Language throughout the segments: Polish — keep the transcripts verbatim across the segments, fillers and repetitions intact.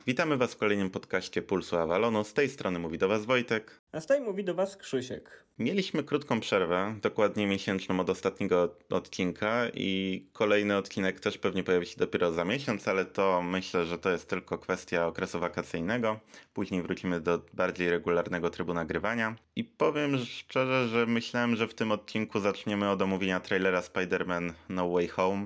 Witamy Was w kolejnym podcaście Pulsu Avalonu. Z tej strony mówi do Was Wojtek. A z tej mówi do Was Krzysiek. Mieliśmy krótką przerwę, dokładnie miesięczną od ostatniego odcinka i kolejny odcinek też pewnie pojawi się dopiero za miesiąc, ale to myślę, że to jest tylko kwestia okresu wakacyjnego. Później wrócimy do bardziej regularnego trybu nagrywania. I powiem szczerze, że myślałem, że w tym odcinku zaczniemy od omówienia trailera Spider-Man No Way Home,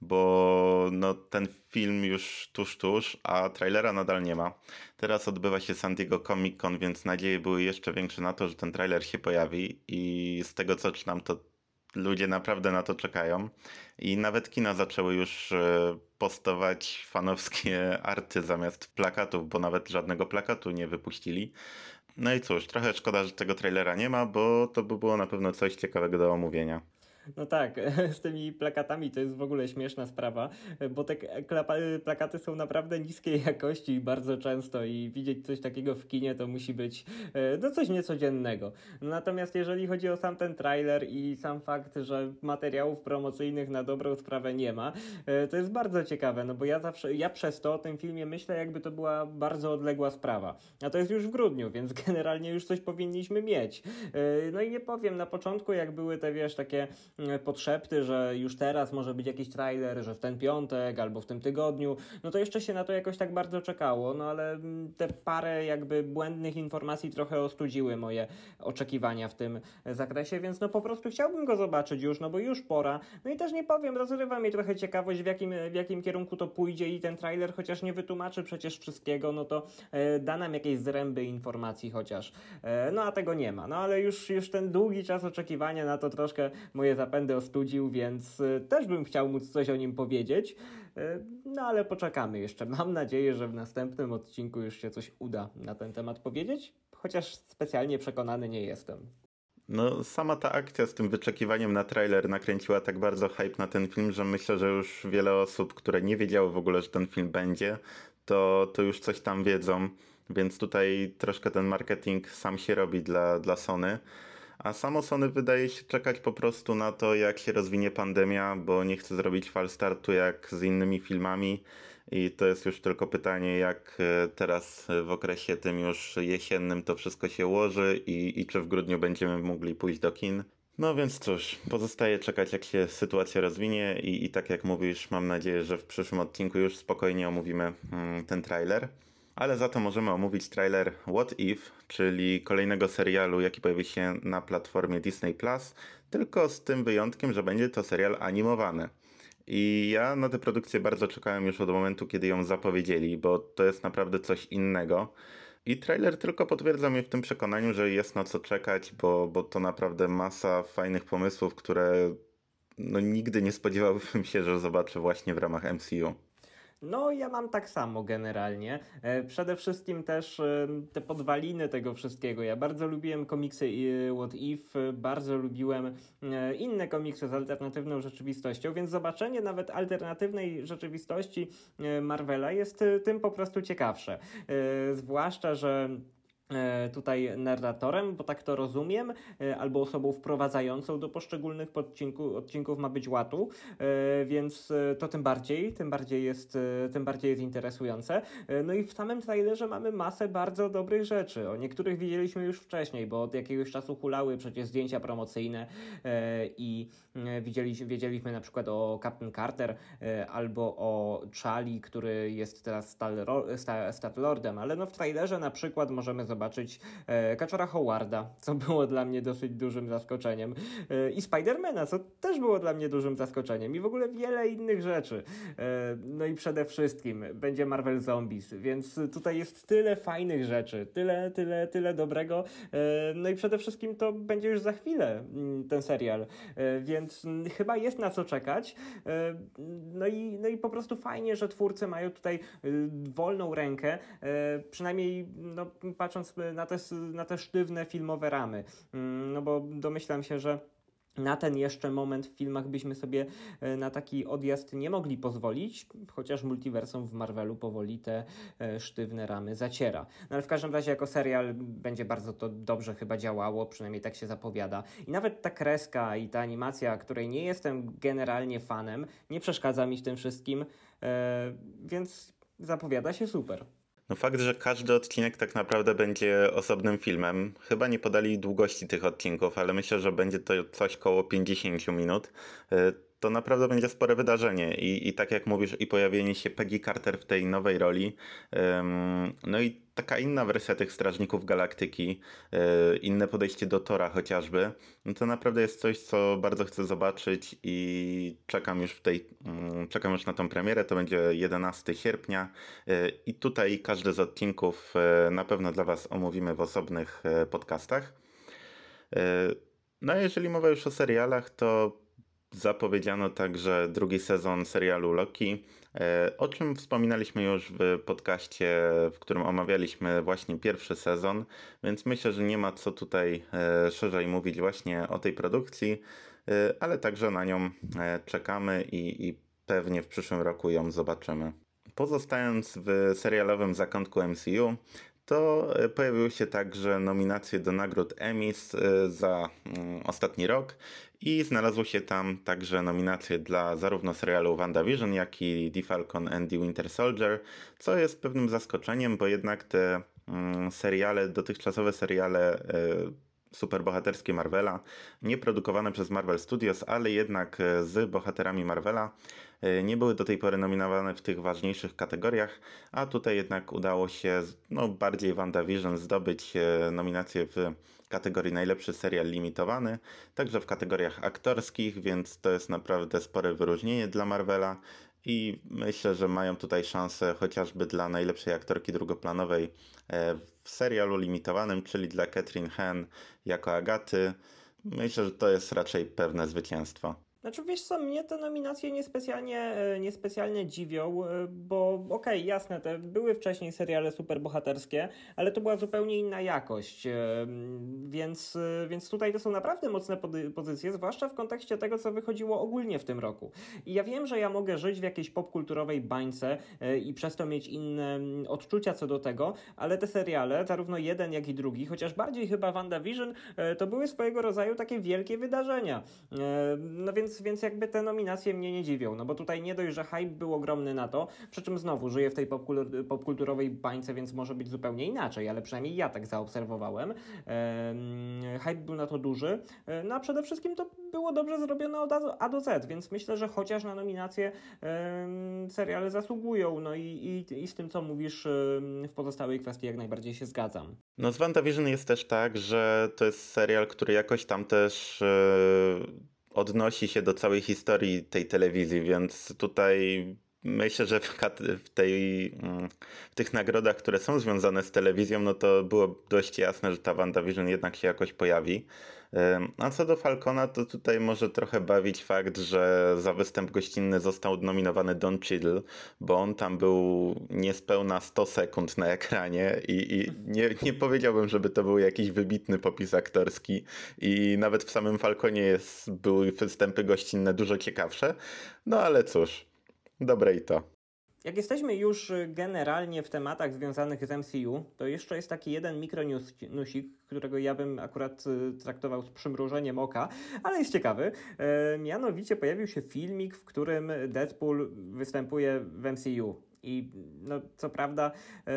bo no, ten film już tuż, tuż, a trailera nadal nie ma. Teraz odbywa się San Diego Comic Con, więc nadzieje były jeszcze większe na to, że ten trailer się pojawi i z tego co czytam, to ludzie naprawdę na to czekają i nawet kina zaczęły już e, postować fanowskie arty zamiast plakatów, bo nawet żadnego plakatu nie wypuścili. No i cóż, trochę szkoda, że tego trailera nie ma, bo to by było na pewno coś ciekawego do omówienia. No tak, z tymi plakatami to jest w ogóle śmieszna sprawa, bo te klapa- plakaty są naprawdę niskiej jakości bardzo często i widzieć coś takiego w kinie to musi być e, no coś niecodziennego. Natomiast jeżeli chodzi o sam ten trailer i sam fakt, że materiałów promocyjnych na dobrą sprawę nie ma, e, to jest bardzo ciekawe, no bo ja zawsze, ja przez to o tym filmie myślę, jakby to była bardzo odległa sprawa. A to jest już w grudniu, więc generalnie już coś powinniśmy mieć. E, no i nie powiem, na początku jak były te, wiesz, takie podszepty, że już teraz może być jakiś trailer, że w ten piątek albo w tym tygodniu, no to jeszcze się na to jakoś tak bardzo czekało, no ale te parę jakby błędnych informacji trochę ostudziły moje oczekiwania w tym zakresie, więc no po prostu chciałbym go zobaczyć już, no bo już pora. No i też nie powiem, rozrywa mnie trochę ciekawość, w jakim, w jakim kierunku to pójdzie i ten trailer chociaż nie wytłumaczy przecież wszystkiego, no to e, da nam jakieś zręby informacji chociaż. E, no a tego nie ma. No ale już, już ten długi czas oczekiwania na to troszkę moje zapędy ostudził, więc y, też bym chciał móc coś o nim powiedzieć. Y, no ale poczekamy jeszcze. Mam nadzieję, że w następnym odcinku już się coś uda na ten temat powiedzieć, chociaż specjalnie przekonany nie jestem. No, sama ta akcja z tym wyczekiwaniem na trailer nakręciła tak bardzo hype na ten film, że myślę, że już wiele osób, które nie wiedziały w ogóle, że ten film będzie, to, to już coś tam wiedzą, więc tutaj troszkę ten marketing sam się robi dla, dla Sony. A samo Sony wydaje się czekać po prostu na to, jak się rozwinie pandemia, bo nie chce zrobić fal startu jak z innymi filmami i to jest już tylko pytanie, jak e, teraz w okresie tym już jesiennym to wszystko się ułoży i, i czy w grudniu będziemy mogli pójść do kin. No więc cóż, pozostaje czekać, jak się sytuacja rozwinie i, i tak jak mówisz, mam nadzieję, że w przyszłym odcinku już spokojnie omówimy mm, ten trailer. Ale za to możemy omówić trailer What If, czyli kolejnego serialu, jaki pojawi się na platformie Disney Plus, tylko z tym wyjątkiem, że będzie to serial animowany. I ja na tę produkcję bardzo czekałem już od momentu, kiedy ją zapowiedzieli, bo to jest naprawdę coś innego. I trailer tylko potwierdza mnie w tym przekonaniu, że jest na co czekać, bo, bo to naprawdę masa fajnych pomysłów, które no, nigdy nie spodziewałbym się, że zobaczę właśnie w ramach M C U. No, ja mam tak samo generalnie. E, Przede wszystkim też e, te podwaliny tego wszystkiego. Ja bardzo lubiłem komiksy e, What If, e, bardzo lubiłem e, inne komiksy z alternatywną rzeczywistością, więc zobaczenie nawet alternatywnej rzeczywistości e, Marvela jest e, tym po prostu ciekawsze. E, Zwłaszcza, że e, tutaj narratorem, bo tak to rozumiem, e, albo osobą wprowadzającą do poszczególnych podcinku, odcinków ma być Łatu, e, więc e, to tym bardziej, tym bardziej jest, e, tym bardziej jest interesujące. E, No i w samym trailerze mamy masę bardzo dobrych rzeczy. O niektórych widzieliśmy już wcześniej, bo od jakiegoś czasu hulały przecież zdjęcia promocyjne e, i e, widzieliśmy, wiedzieliśmy na przykład o Captain Carter e, albo o Charlie, który jest teraz Star-Lordem, ale no w trailerze na przykład możemy zobaczyć zobaczyć e, Kaczora Howarda, co było dla mnie dosyć dużym zaskoczeniem. E, I Spidermana, co też było dla mnie dużym zaskoczeniem. I w ogóle wiele innych rzeczy. E, no i przede wszystkim będzie Marvel Zombies, więc tutaj jest tyle fajnych rzeczy, tyle, tyle, tyle dobrego. E, no i przede wszystkim to będzie już za chwilę ten serial, e, więc chyba jest na co czekać. E, no, i, no i po prostu fajnie, że twórcy mają tutaj wolną rękę, e, przynajmniej no, patrząc na te, na te sztywne filmowe ramy. No bo domyślam się, że na ten jeszcze moment w filmach byśmy sobie na taki odjazd nie mogli pozwolić, chociaż multiversum w Marvelu powoli te sztywne ramy zaciera. No ale w każdym razie jako serial będzie bardzo to dobrze chyba działało, przynajmniej tak się zapowiada. I nawet ta kreska i ta animacja, której nie jestem generalnie fanem, nie przeszkadza mi w tym wszystkim, więc zapowiada się super. No fakt, że każdy odcinek tak naprawdę będzie osobnym filmem. Chyba nie podali długości tych odcinków, ale myślę, że będzie to coś koło pięćdziesiąt minut. E, To naprawdę będzie spore wydarzenie i, i tak jak mówisz, i pojawienie się Peggy Carter w tej nowej roli, em, no i taka inna wersja tych Strażników Galaktyki, e, inne podejście do Tora chociażby, no to naprawdę jest coś, co bardzo chcę zobaczyć i czekam już w tej, mm, czekam już na tą premierę, to będzie jedenastego sierpnia. E, I tutaj każdy z odcinków e, na pewno dla Was omówimy w osobnych e, podcastach. E, No a jeżeli mowa już o serialach, to zapowiedziano także drugi sezon serialu Loki, e, o czym wspominaliśmy już w podcaście, w którym omawialiśmy właśnie pierwszy sezon, więc myślę, że nie ma co tutaj e, szerzej mówić właśnie o tej produkcji, e, ale także na nią e, czekamy i, i pewnie w przyszłym roku ją zobaczymy. Pozostając w serialowym zakątku M C U, to e, pojawiły się także nominacje do nagród Emmys e, za mm, ostatni rok i znalazły się tam także nominacje dla zarówno serialu WandaVision, jak i The Falcon and the Winter Soldier, co jest pewnym zaskoczeniem, bo jednak te mm, seriale, dotychczasowe seriale e, superbohaterskie Marvela, nie produkowane przez Marvel Studios, ale jednak e, z bohaterami Marvela, e, nie były do tej pory nominowane w tych ważniejszych kategoriach, a tutaj jednak udało się, no bardziej WandaVision, zdobyć e, nominację w kategorii najlepszy serial limitowany, także w kategoriach aktorskich, więc to jest naprawdę spore wyróżnienie dla Marvela. I myślę, że mają tutaj szansę chociażby dla najlepszej aktorki drugoplanowej e, w serialu limitowanym, czyli dla Catherine Hahn jako Agaty. Myślę, że to jest raczej pewne zwycięstwo. Znaczy, wiesz co, mnie te nominacje niespecjalnie, e, niespecjalnie dziwią, e, bo okej, jasne, te były wcześniej seriale superbohaterskie, ale to była zupełnie inna jakość, e, więc, e, więc tutaj to są naprawdę mocne pody- pozycje, zwłaszcza w kontekście tego, co wychodziło ogólnie w tym roku. I ja wiem, że ja mogę żyć w jakiejś popkulturowej bańce e, i przez to mieć inne mm, odczucia co do tego, ale te seriale, zarówno jeden, jak i drugi, chociaż bardziej chyba WandaVision, e, to były swojego rodzaju takie wielkie wydarzenia. E, no więc Więc, więc jakby te nominacje mnie nie dziwią, no bo tutaj nie dość, że hype był ogromny na to, przy czym znowu żyję w tej popkultur- popkulturowej bańce, więc może być zupełnie inaczej, ale przynajmniej ja tak zaobserwowałem. Ehm, hype był na to duży, e, no a przede wszystkim to było dobrze zrobione od A do Z, więc myślę, że chociaż na nominacje em, seriale zasługują, no i, i, i z tym, co mówisz em, w pozostałej kwestii jak najbardziej się zgadzam. No z WandaVision jest też tak, że to jest serial, który jakoś tam też e, odnosi się do całej historii tej telewizji, więc tutaj myślę, że w, kat- w tej, mm, w tych nagrodach, które są związane z telewizją, no to było dość jasne, że ta WandaVision jednak się jakoś pojawi. Ym, A co do Falcona, to tutaj może trochę bawić fakt, że za występ gościnny został nominowany Don Cheadle, bo on tam był niespełna sto sekund na ekranie i, i nie, nie powiedziałbym, żeby to był jakiś wybitny popis aktorski i nawet w samym Falconie jest, były występy gościnne dużo ciekawsze, no ale cóż, dobre i to. Jak jesteśmy już y, generalnie w tematach związanych z M C U, to jeszcze jest taki jeden mikronewsik, którego ja bym akurat y, traktował z przymrużeniem oka, ale jest ciekawy. E, mianowicie pojawił się filmik, w którym Deadpool występuje w M C U. I no, co prawda e,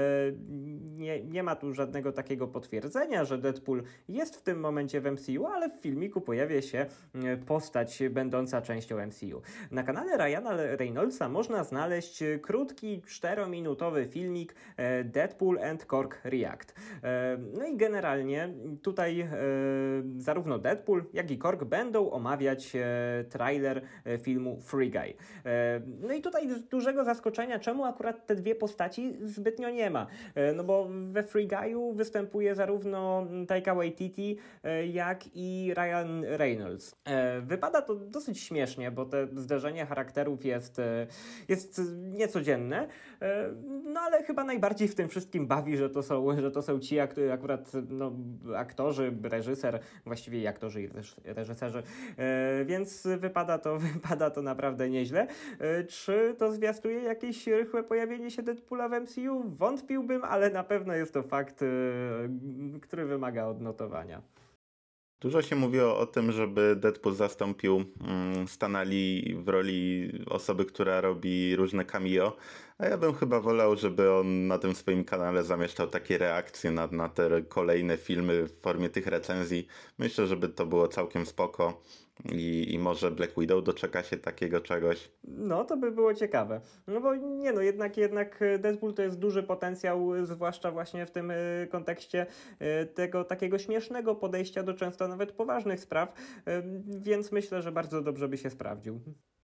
nie, nie ma tu żadnego takiego potwierdzenia, że Deadpool jest w tym momencie w M C U, ale w filmiku pojawia się e, postać będąca częścią M C U. Na kanale Ryana Reynoldsa można znaleźć krótki, czterominutowy filmik e, Deadpool and Cork React. E, no i generalnie tutaj e, zarówno Deadpool, jak i Cork będą omawiać e, trailer e, filmu Free Guy. E, no i tutaj z dużego zaskoczenia, czemu akurat te dwie postaci zbytnio nie ma. E, No bo we Free Guy'u występuje zarówno Taika Waititi, e, jak i Ryan Reynolds. E, Wypada to dosyć śmiesznie, bo te zderzenie charakterów jest, e, jest niecodzienne, e, no ale chyba najbardziej w tym wszystkim bawi, że to są, że to są ci ak- akurat no, aktorzy, reżyser, właściwie i aktorzy i reż- reżyserzy, e, więc wypada to, wypada to naprawdę nieźle. E, Czy to zwiastuje jakieś rychłe pojawienie się Deadpoola w M C U? Wątpiłbym, ale na pewno jest to fakt, yy, który wymaga odnotowania. Dużo się mówiło o tym, żeby Deadpool zastąpił mm, Stana Lee w roli osoby, która robi różne cameo, a ja bym chyba wolał, żeby on na tym swoim kanale zamieszczał takie reakcje na, na te kolejne filmy w formie tych recenzji. Myślę, żeby to było całkiem spoko i, i może Black Widow doczeka się takiego czegoś. No, to by było ciekawe. No bo nie no, jednak, jednak Deadpool to jest duży potencjał, zwłaszcza właśnie w tym y, kontekście y, tego takiego śmiesznego podejścia do często nawet poważnych spraw, y, więc myślę, że bardzo dobrze by się sprawdził.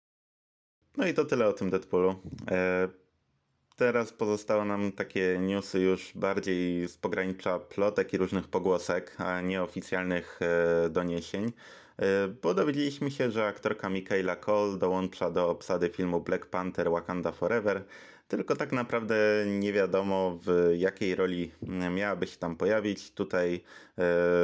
No i to tyle o tym Deadpoolu. E, Teraz pozostało nam takie newsy już bardziej z pogranicza plotek i różnych pogłosek, a nie oficjalnych e, doniesień. E, Bo dowiedzieliśmy się, że aktorka Michaela Cole dołącza do obsady filmu Black Panther Wakanda Forever, tylko tak naprawdę nie wiadomo w jakiej roli miałaby się tam pojawić. Tutaj e,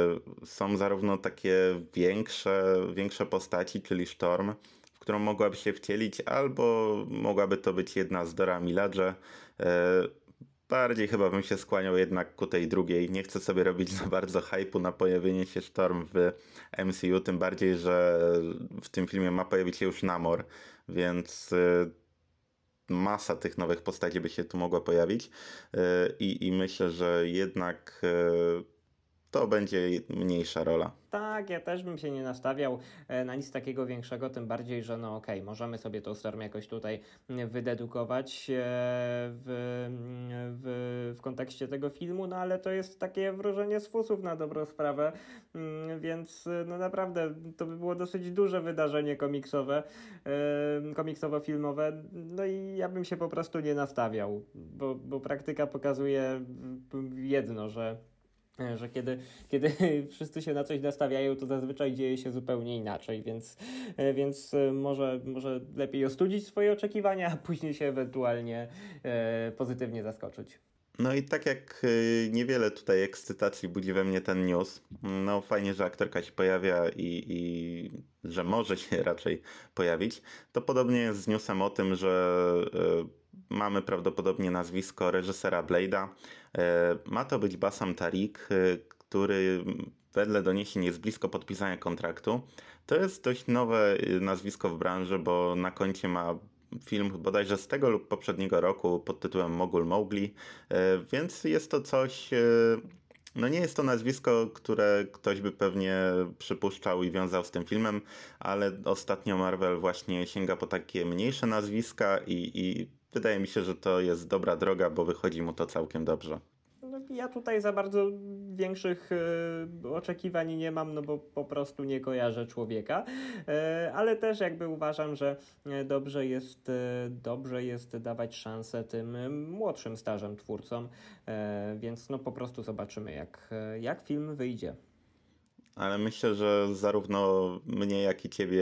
są zarówno takie większe, większe postaci, czyli Storm, w którą mogłaby się wcielić, albo mogłaby to być jedna z Dora Milaje. E, Bardziej chyba bym się skłaniał jednak ku tej drugiej. Nie chcę sobie robić za bardzo hypu na pojawienie się Storm w M C U, tym bardziej, że w tym filmie ma pojawić się już Namor, więc e, masa tych nowych postaci by się tu mogła pojawić. E, I, i myślę, że jednak e, to będzie mniejsza rola. Tak, ja też bym się nie nastawiał e, na nic takiego większego, tym bardziej, że no okej, możemy sobie tą Storm jakoś tutaj mm, wydedukować e, w, mm, w, w kontekście tego filmu, no ale to jest takie wróżenie z fusów na dobrą sprawę, mm, więc e, no naprawdę to by było dosyć duże wydarzenie komiksowe, e, komiksowo-filmowe, no i ja bym się po prostu nie nastawiał, bo, bo praktyka pokazuje mm, jedno, że że kiedy, kiedy wszyscy się na coś nastawiają, to zazwyczaj dzieje się zupełnie inaczej, więc, e, więc e, może, może lepiej ostudzić swoje oczekiwania, a później się ewentualnie e, pozytywnie zaskoczyć. No i tak jak y, niewiele tutaj ekscytacji budzi we mnie ten news, no fajnie, że aktorka się pojawia i, i że może się raczej pojawić, to podobnie jest z newsem o tym, że y, mamy prawdopodobnie nazwisko reżysera Blade'a. Y, ma to być Bassam Tariq, y, który wedle doniesień jest blisko podpisania kontraktu. To jest dość nowe y, nazwisko w branży, bo na koncie ma film bodajże z tego lub poprzedniego roku pod tytułem Mogul Mowgli, e, więc jest to coś, e, no nie jest to nazwisko, które ktoś by pewnie przypuszczał i wiązał z tym filmem, ale ostatnio Marvel właśnie sięga po takie mniejsze nazwiska i, i wydaje mi się, że to jest dobra droga, bo wychodzi mu to całkiem dobrze. No, ja tutaj za bardzo większych e, oczekiwań nie mam, no bo po prostu nie kojarzę człowieka, e, ale też jakby uważam, że e, dobrze jest, e, dobrze jest dawać szansę tym e, młodszym stażem twórcom, e, więc no po prostu zobaczymy jak, e, jak film wyjdzie. Ale myślę, że zarówno mnie, jak i ciebie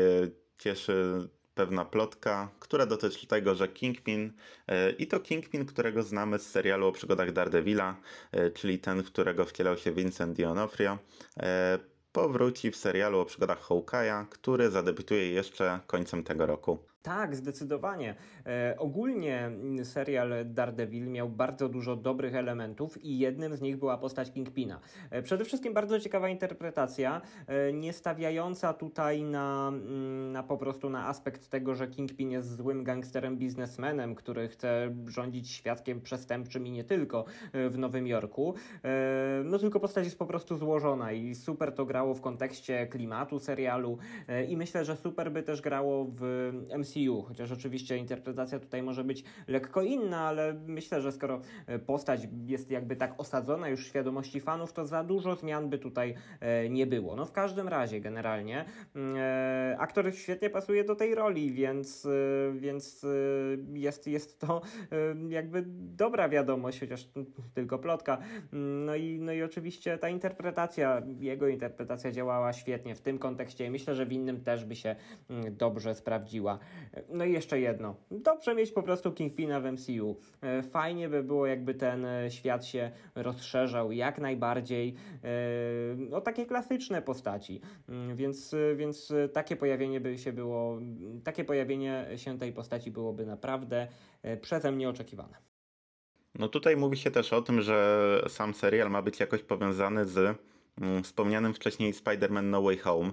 cieszy pewna plotka, która dotyczy tego, że Kingpin, e, i to Kingpin, którego znamy z serialu o przygodach Daredevila, e, czyli ten, w którego wcielał się Vincent D'Onofrio, e, powróci w serialu o przygodach Hawkeye'a, który zadebiutuje jeszcze końcem tego roku. Tak, zdecydowanie. E, ogólnie mm, serial Daredevil miał bardzo dużo dobrych elementów i jednym z nich była postać Kingpina. E, przede wszystkim bardzo ciekawa interpretacja, e, nie stawiająca tutaj na, mm, na po prostu na aspekt tego, że Kingpin jest złym gangsterem, biznesmenem, który chce rządzić świadkiem przestępczym i nie tylko e, w Nowym Jorku. E, no tylko postać jest po prostu złożona i super to grało w kontekście klimatu serialu e, i myślę, że super by też grało w M C U, chociaż oczywiście interpretacja tutaj może być lekko inna, ale myślę, że skoro e, postać jest jakby tak osadzona już w świadomości fanów, to za dużo zmian by tutaj e, nie było. No w każdym razie generalnie mm, e, aktor świetnie pasuje do tej roli, więc, e, więc e, jest, jest to e, jakby dobra wiadomość, chociaż tylko plotka. No i, no i oczywiście ta interpretacja, jego interpretacja działała świetnie w tym kontekście i myślę, że w innym też by się mm, dobrze sprawdziła. No i jeszcze jedno. Dobrze mieć po prostu Kingpina w M C U. E, Fajnie by było, jakby ten e, świat się rozszerzał jak najbardziej e, o takie klasyczne postaci. Mm, Więc, e, więc e, takie pojawienie by się było, takie pojawienie się tej postaci byłoby naprawdę e, przeze mnie oczekiwane. No tutaj mówi się też o tym, że sam serial ma być jakoś powiązany z mm, wspomnianym wcześniej Spider-Man No Way Home,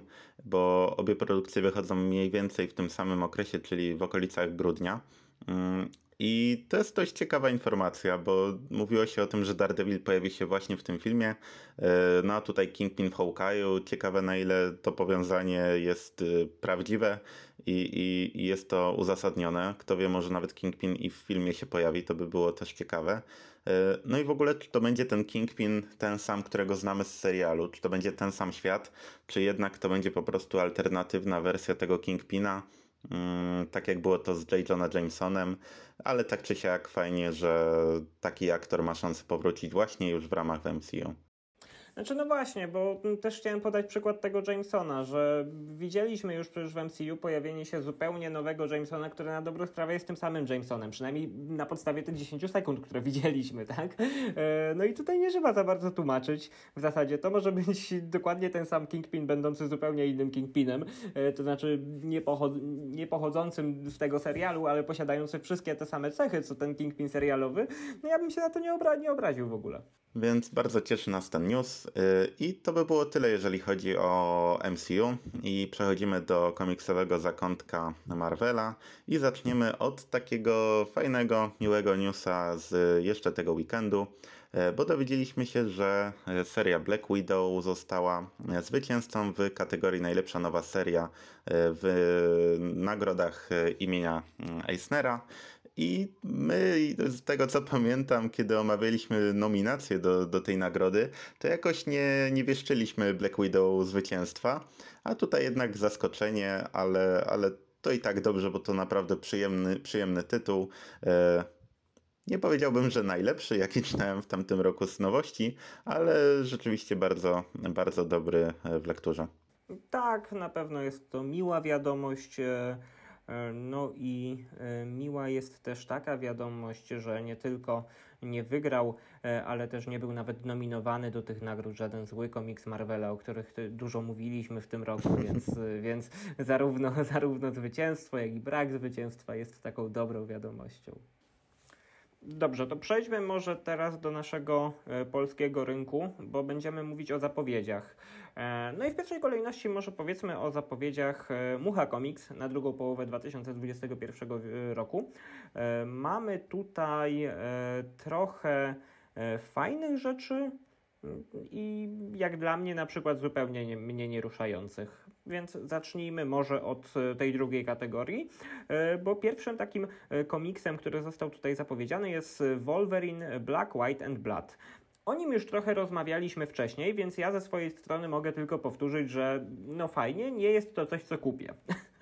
bo obie produkcje wychodzą mniej więcej w tym samym okresie, czyli w okolicach grudnia. Mm, I to jest dość ciekawa informacja, bo mówiło się o tym, że Daredevil pojawi się właśnie w tym filmie. E, No a tutaj Kingpin w Hawkeye'u. Ciekawe, na ile to powiązanie jest y, prawdziwe i, i, i jest to uzasadnione. Kto wie, może nawet Kingpin i w filmie się pojawi, to by było też ciekawe. E, No i w ogóle, czy to będzie ten Kingpin, ten sam, którego znamy z serialu? Czy to będzie ten sam świat, czy jednak to będzie po prostu alternatywna wersja tego Kingpina? Mm, tak jak było to z J. Jonah Jamesonem, ale tak czy siak fajnie, że taki aktor ma szansę powrócić właśnie już w ramach w M C U. Znaczy, no właśnie, bo też chciałem podać przykład tego Jamesona, że widzieliśmy już przecież w M C U pojawienie się zupełnie nowego Jamesona, który na dobrą sprawę jest tym samym Jamesonem, przynajmniej na podstawie tych dziesięciu sekund, które widzieliśmy, tak? E, No i tutaj nie trzeba za bardzo tłumaczyć. W zasadzie to może być dokładnie ten sam Kingpin, będący zupełnie innym Kingpinem, e, to znaczy nie, pochod- nie pochodzącym z tego serialu, ale posiadający wszystkie te same cechy, co ten Kingpin serialowy. No ja bym się na to nie, obra- nie obraził w ogóle. Więc bardzo cieszy nas ten news. Yy, I to by było tyle, jeżeli chodzi o M C U. I przechodzimy do komiksowego zakątka Marvela. I zaczniemy od takiego fajnego, miłego newsa z jeszcze tego weekendu. Yy, Bo dowiedzieliśmy się, że yy, seria Black Widow została yy, zwycięzcą w kategorii najlepsza nowa seria yy, w nagrodach yy, imienia yy, Eisnera. I my, z tego co pamiętam, kiedy omawialiśmy nominacje do, do tej nagrody, to jakoś nie, nie wieszczyliśmy Black Widow zwycięstwa, a tutaj jednak zaskoczenie, ale, ale to i tak dobrze, bo to naprawdę przyjemny, przyjemny tytuł. E, nie powiedziałbym, że najlepszy, jaki czytałem w tamtym roku z nowości, ale rzeczywiście bardzo, bardzo dobry w lekturze. Tak, na pewno jest to miła wiadomość. e, e, No i e, miła jest też taka wiadomość, że nie tylko nie wygrał, e, ale też nie był nawet nominowany do tych nagród żaden zły komiks Marvela, o których ty- dużo mówiliśmy w tym roku, więc, e, więc zarówno, zarówno zwycięstwo, jak i brak zwycięstwa jest taką dobrą wiadomością. Dobrze, to przejdźmy może teraz do naszego e, polskiego rynku, bo będziemy mówić o zapowiedziach. E, no i w pierwszej kolejności może powiedzmy o zapowiedziach e, Mucha Comics na drugą połowę dwa tysiące dwudziestego pierwszego e, roku. E, mamy tutaj e, trochę e, fajnych rzeczy mm, i jak dla mnie na przykład zupełnie nie, mnie nie ruszających. Więc zacznijmy może od e, tej drugiej kategorii, e, bo pierwszym takim e, komiksem, który został tutaj zapowiedziany, jest Wolverine Black, White and Blood. O nim już trochę rozmawialiśmy wcześniej, więc ja ze swojej strony mogę tylko powtórzyć, że no fajnie, nie jest to coś, co kupię.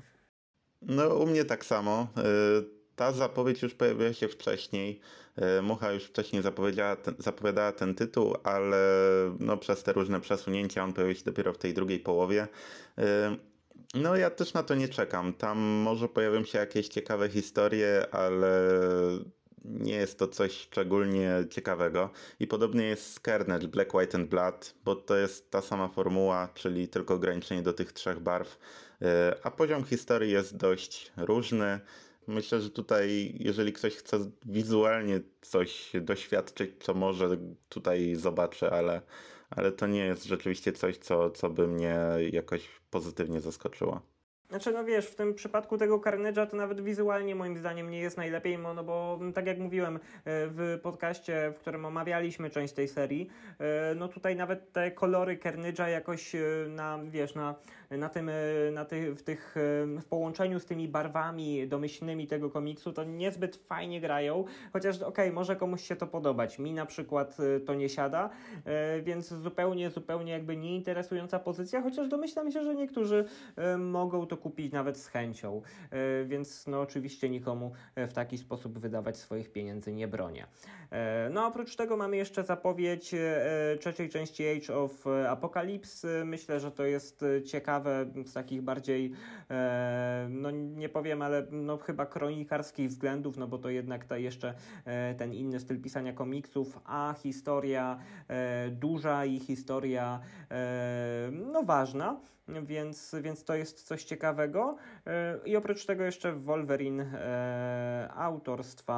No, u mnie tak samo. Y, Ta zapowiedź już pojawiła się wcześniej. Y, Mucha już wcześniej zapowiedziała ten, zapowiadała ten tytuł, ale no, przez te różne przesunięcia on pojawił się dopiero w tej drugiej połowie. Y, No, ja też na to nie czekam. Tam może pojawią się jakieś ciekawe historie, ale nie jest to coś szczególnie ciekawego. I podobnie jest z Carnage, Black, White and Blood, bo to jest ta sama formuła, czyli tylko ograniczenie do tych trzech barw. E, A poziom historii jest dość różny. Myślę, że tutaj, jeżeli ktoś chce wizualnie coś doświadczyć, to może tutaj zobaczy, ale, ale to nie jest rzeczywiście coś, co, co by mnie jakoś pozytywnie zaskoczyło. Znaczy, no wiesz, w tym przypadku tego Carnage'a to nawet wizualnie moim zdaniem nie jest najlepiej, mo- no bo mm, tak jak mówiłem e, w podcaście, w którym omawialiśmy część tej serii, e, no tutaj nawet te kolory Carnage'a jakoś e, na, wiesz, na, na tym, e, na tych, w tych, e, w połączeniu z tymi barwami domyślnymi tego komiksu to niezbyt fajnie grają, chociaż okej, może komuś się to podobać, mi na przykład e, to nie siada, e, więc zupełnie, zupełnie jakby nieinteresująca pozycja, chociaż domyślam się, że niektórzy e, mogą to kupić nawet z chęcią, e, więc no oczywiście nikomu e, w taki sposób wydawać swoich pieniędzy nie bronię. E, No oprócz tego mamy jeszcze zapowiedź e, trzeciej części Age of Apocalypse. Myślę, że to jest e, ciekawe z takich bardziej, e, no nie powiem, ale no chyba kronikarskich względów, no bo to jednak ta jeszcze e, ten inny styl pisania komiksów, a historia e, duża i historia e, no ważna. Więc, więc to jest coś ciekawego. E, I oprócz tego jeszcze Wolverine e, autorstwa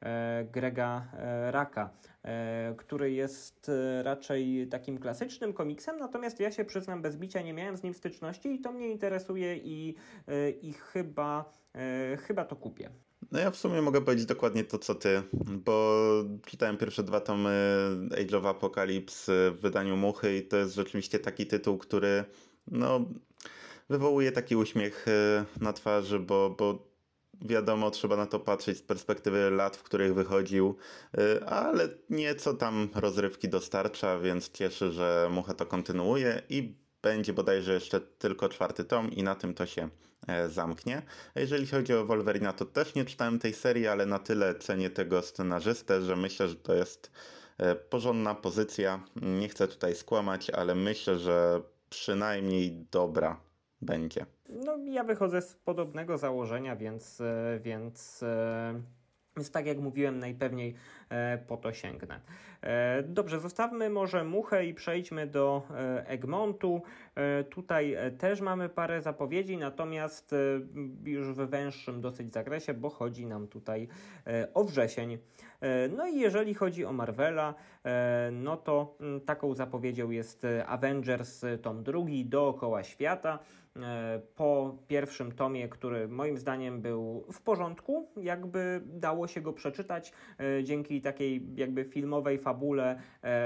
e, Grega e, Raka, e, który jest e, raczej takim klasycznym komiksem, natomiast ja się przyznam bez bicia, nie miałem z nim styczności i to mnie interesuje i, e, i chyba, e, chyba to kupię. No ja w sumie mogę powiedzieć dokładnie to, co ty, bo czytałem pierwsze dwa tomy Age of Apocalypse w wydaniu Muchy i to jest rzeczywiście taki tytuł, który no, wywołuje taki uśmiech e, na twarzy, bo, bo wiadomo, trzeba na to patrzeć z perspektywy lat, w których wychodził, e, ale nieco tam rozrywki dostarcza, więc cieszy, że Mucha to kontynuuje i będzie bodajże jeszcze tylko czwarty tom i na tym to się e, zamknie. A jeżeli chodzi o Wolverina, to też nie czytałem tej serii, ale na tyle cenię tego scenarzystę, że myślę, że to jest e, porządna pozycja. Nie chcę tutaj skłamać, ale myślę, że przynajmniej dobra będzie. No, ja wychodzę z podobnego założenia, więc, e, więc, e, więc tak jak mówiłem, najpewniej e, po to sięgnę. E, Dobrze, zostawmy może Muchę i przejdźmy do e, Egmontu. E, Tutaj e, też mamy parę zapowiedzi, natomiast e, już w węższym dosyć zakresie, bo chodzi nam tutaj e, o wrzesień. E, No i jeżeli chodzi o Marvela, e, no to mm, taką zapowiedzią jest e, Avengers e, tom drugi, Dookoła Świata. E, Po pierwszym tomie, który moim zdaniem był w porządku, jakby dało się go przeczytać, e, dzięki takiej jakby filmowej fabule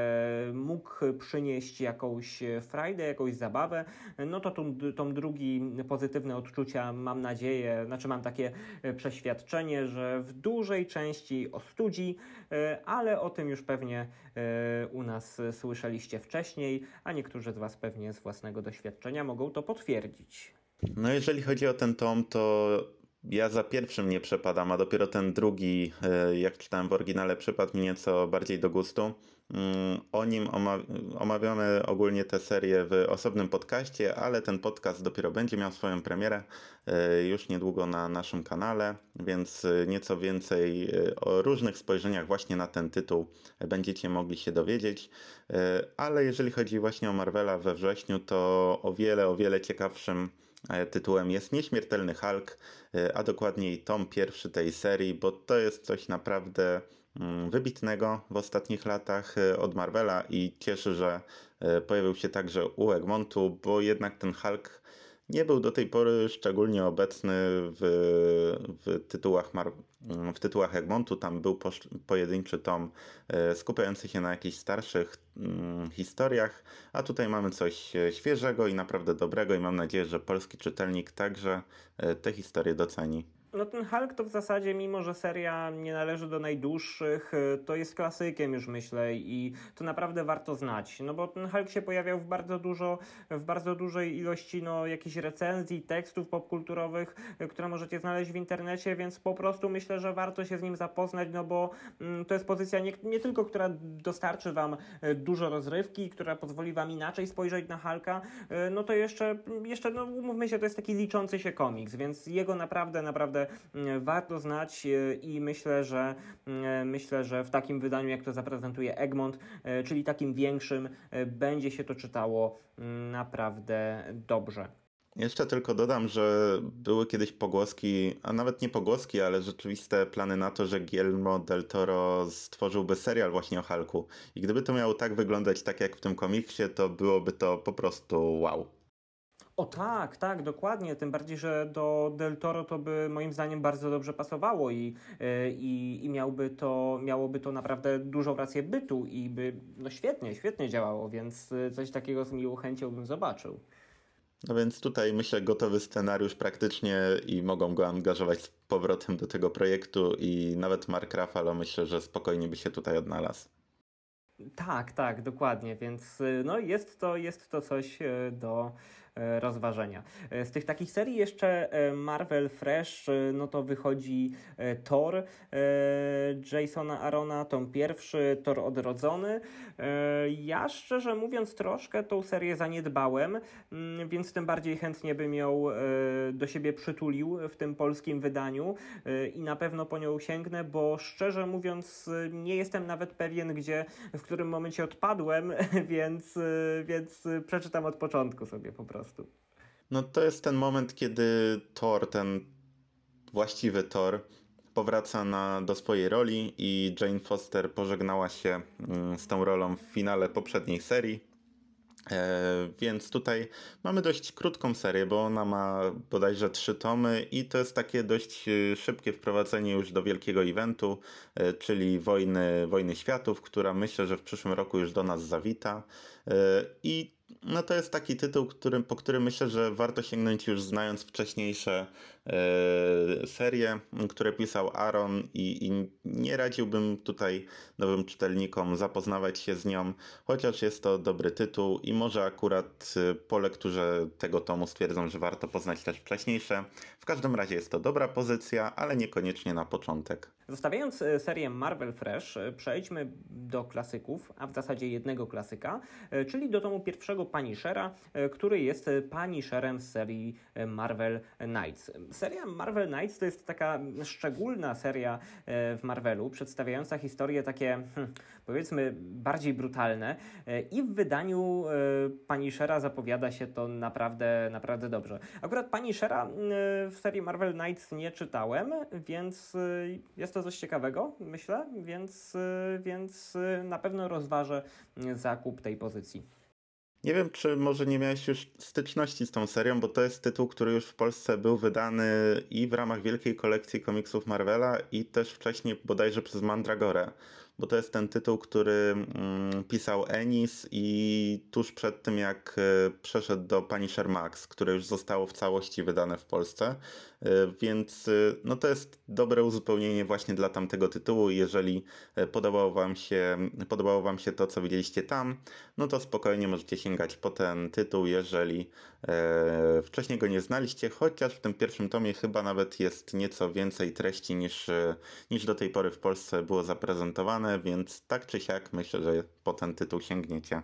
e, mógł przynieść jakąś frajdę, jakąś zabawę, no to tom, tom drugi pozytywne odczucia, mam nadzieję, znaczy mam takie e, przeświadczenie, że w dużej części ostudzi, e, ale o tym już pewnie e, u nas słyszeliście wcześniej, a niektórzy z Was pewnie z własnego doświadczenia mogą to potwierdzić. No jeżeli chodzi o ten tom, to ja za pierwszym nie przepadam, a dopiero ten drugi, e, jak czytałem w oryginale, przypadł mi nieco bardziej do gustu. Mm, O nim oma- omawiamy ogólnie tę serię w osobnym podcaście, ale ten podcast dopiero będzie miał swoją premierę e, już niedługo na naszym kanale, więc e, nieco więcej e, o różnych spojrzeniach właśnie na ten tytuł będziecie mogli się dowiedzieć. E, Ale jeżeli chodzi właśnie o Marvela we wrześniu, to o wiele, o wiele ciekawszym e, tytułem jest Nieśmiertelny Hulk, e, a dokładniej tom pierwszy tej serii, bo to jest coś naprawdę mm, wybitnego w ostatnich latach e, od Marvela i cieszy, że e, pojawił się także u Egmontu, bo jednak ten Hulk nie był do tej pory szczególnie obecny w, w tytułach, Mar- w tytułach Egmontu. Tam był posz- pojedynczy tom e, skupiający się na jakichś starszych mm, historiach, a tutaj mamy coś e, świeżego i naprawdę dobrego i mam nadzieję, że polski czytelnik także e, te historie doceni. No ten Hulk to w zasadzie, mimo że seria nie należy do najdłuższych, y, to jest klasykiem już myślę i to naprawdę warto znać, no bo ten Hulk się pojawiał w bardzo dużo, w bardzo dużej ilości no jakichś recenzji, tekstów popkulturowych, y, które możecie znaleźć w internecie, więc po prostu myślę, że warto się z nim zapoznać, no bo mm, to jest pozycja nie, nie tylko, która dostarczy wam y, dużo rozrywki, która pozwoli wam inaczej spojrzeć na Hulka, y, no to jeszcze, jeszcze no umówmy się, to jest taki liczący się komiks, więc jego naprawdę, naprawdę warto znać i myślę, że myślę, że w takim wydaniu, jak to zaprezentuje Egmont, czyli takim większym, będzie się to czytało naprawdę dobrze. Jeszcze tylko dodam, że były kiedyś pogłoski, a nawet nie pogłoski, ale rzeczywiste plany na to, że Guillermo del Toro stworzyłby serial właśnie o Hulku. I gdyby to miało tak wyglądać, tak jak w tym komiksie, to byłoby to po prostu wow. O tak, tak, dokładnie. Tym bardziej, że do Del Toro to by moim zdaniem bardzo dobrze pasowało i, yy, i, i miałby to, miałoby to naprawdę dużą rację bytu i by no świetnie, świetnie działało, więc yy, coś takiego z miłą chęcią bym zobaczył. No więc tutaj myślę gotowy scenariusz praktycznie i mogą go angażować z powrotem do tego projektu i nawet Mark Ruffalo myślę, że spokojnie by się tutaj odnalazł. Tak, tak, dokładnie, więc y, no jest to, jest to coś y, do y, rozważenia. Y, Z tych takich serii jeszcze y, Marvel Fresh, y, no to wychodzi y, Thor y, Jasona Arona, tom pierwszy, Thor Odrodzony. Y, Ja szczerze mówiąc troszkę tą serię zaniedbałem, mm, więc tym bardziej chętnie bym ją y, do siebie przytulił w tym polskim wydaniu y, i na pewno po nią sięgnę, bo szczerze mówiąc y, nie jestem nawet pewien, gdzie w którym momencie odpadłem, więc, y, więc y, przeczytam od początku sobie po prostu. No to jest ten moment, kiedy Thor, ten właściwy Thor, powraca na, do swojej roli i Jane Foster pożegnała się mm, z tą rolą w finale poprzedniej serii. E, więc tutaj mamy dość krótką serię, bo ona ma bodajże trzy tomy i to jest takie dość e, szybkie wprowadzenie już do wielkiego eventu, e, czyli Wojny, Wojny Światów, która myślę, że w przyszłym roku już do nas zawita. E, I no to jest taki tytuł, którym, po którym myślę, że warto sięgnąć już znając wcześniejsze e, serie, które pisał Aaron i, i nie radziłbym tutaj nowym czytelnikom zapoznawać się z nią, chociaż jest to dobry tytuł i może akurat y, po lekturze tego tomu stwierdzą, że warto poznać też wcześniejsze. W każdym razie jest to dobra pozycja, ale niekoniecznie na początek. Zostawiając e, serię Marvel Fresh, e, przejdźmy do klasyków, a w zasadzie jednego klasyka, e, czyli do tomu pierwszego Punishera, e, który jest e, Punisherem z serii e, Marvel Knights. Seria Marvel Knights to jest taka szczególna seria e, w Marvelu, przedstawiająca historie takie, hm, powiedzmy, bardziej brutalne e, i w wydaniu e, Punishera zapowiada się to naprawdę, naprawdę dobrze. Akurat Punishera e, w serii Marvel Knights nie czytałem, więc e, jest to coś ciekawego, myślę, więc, y, więc y, na pewno rozważę zakup tej pozycji. Nie wiem, czy może nie miałeś już styczności z tą serią, bo to jest tytuł, który już w Polsce był wydany i w ramach wielkiej kolekcji komiksów Marvela i też wcześniej bodajże przez Mandragorę, bo to jest ten tytuł, który mm, pisał Ennis i tuż przed tym jak y, przeszedł do Punisher Max, które już zostało w całości wydane w Polsce, y, więc y, no to jest dobre uzupełnienie właśnie dla tamtego tytułu. Jeżeli y, podobało wam się, podobało wam się to, co widzieliście tam, no to spokojnie możecie sięgać po ten tytuł, jeżeli e, wcześniej go nie znaliście, chociaż w tym pierwszym tomie chyba nawet jest nieco więcej treści niż, e, niż do tej pory w Polsce było zaprezentowane, więc tak czy siak myślę, że po ten tytuł sięgniecie.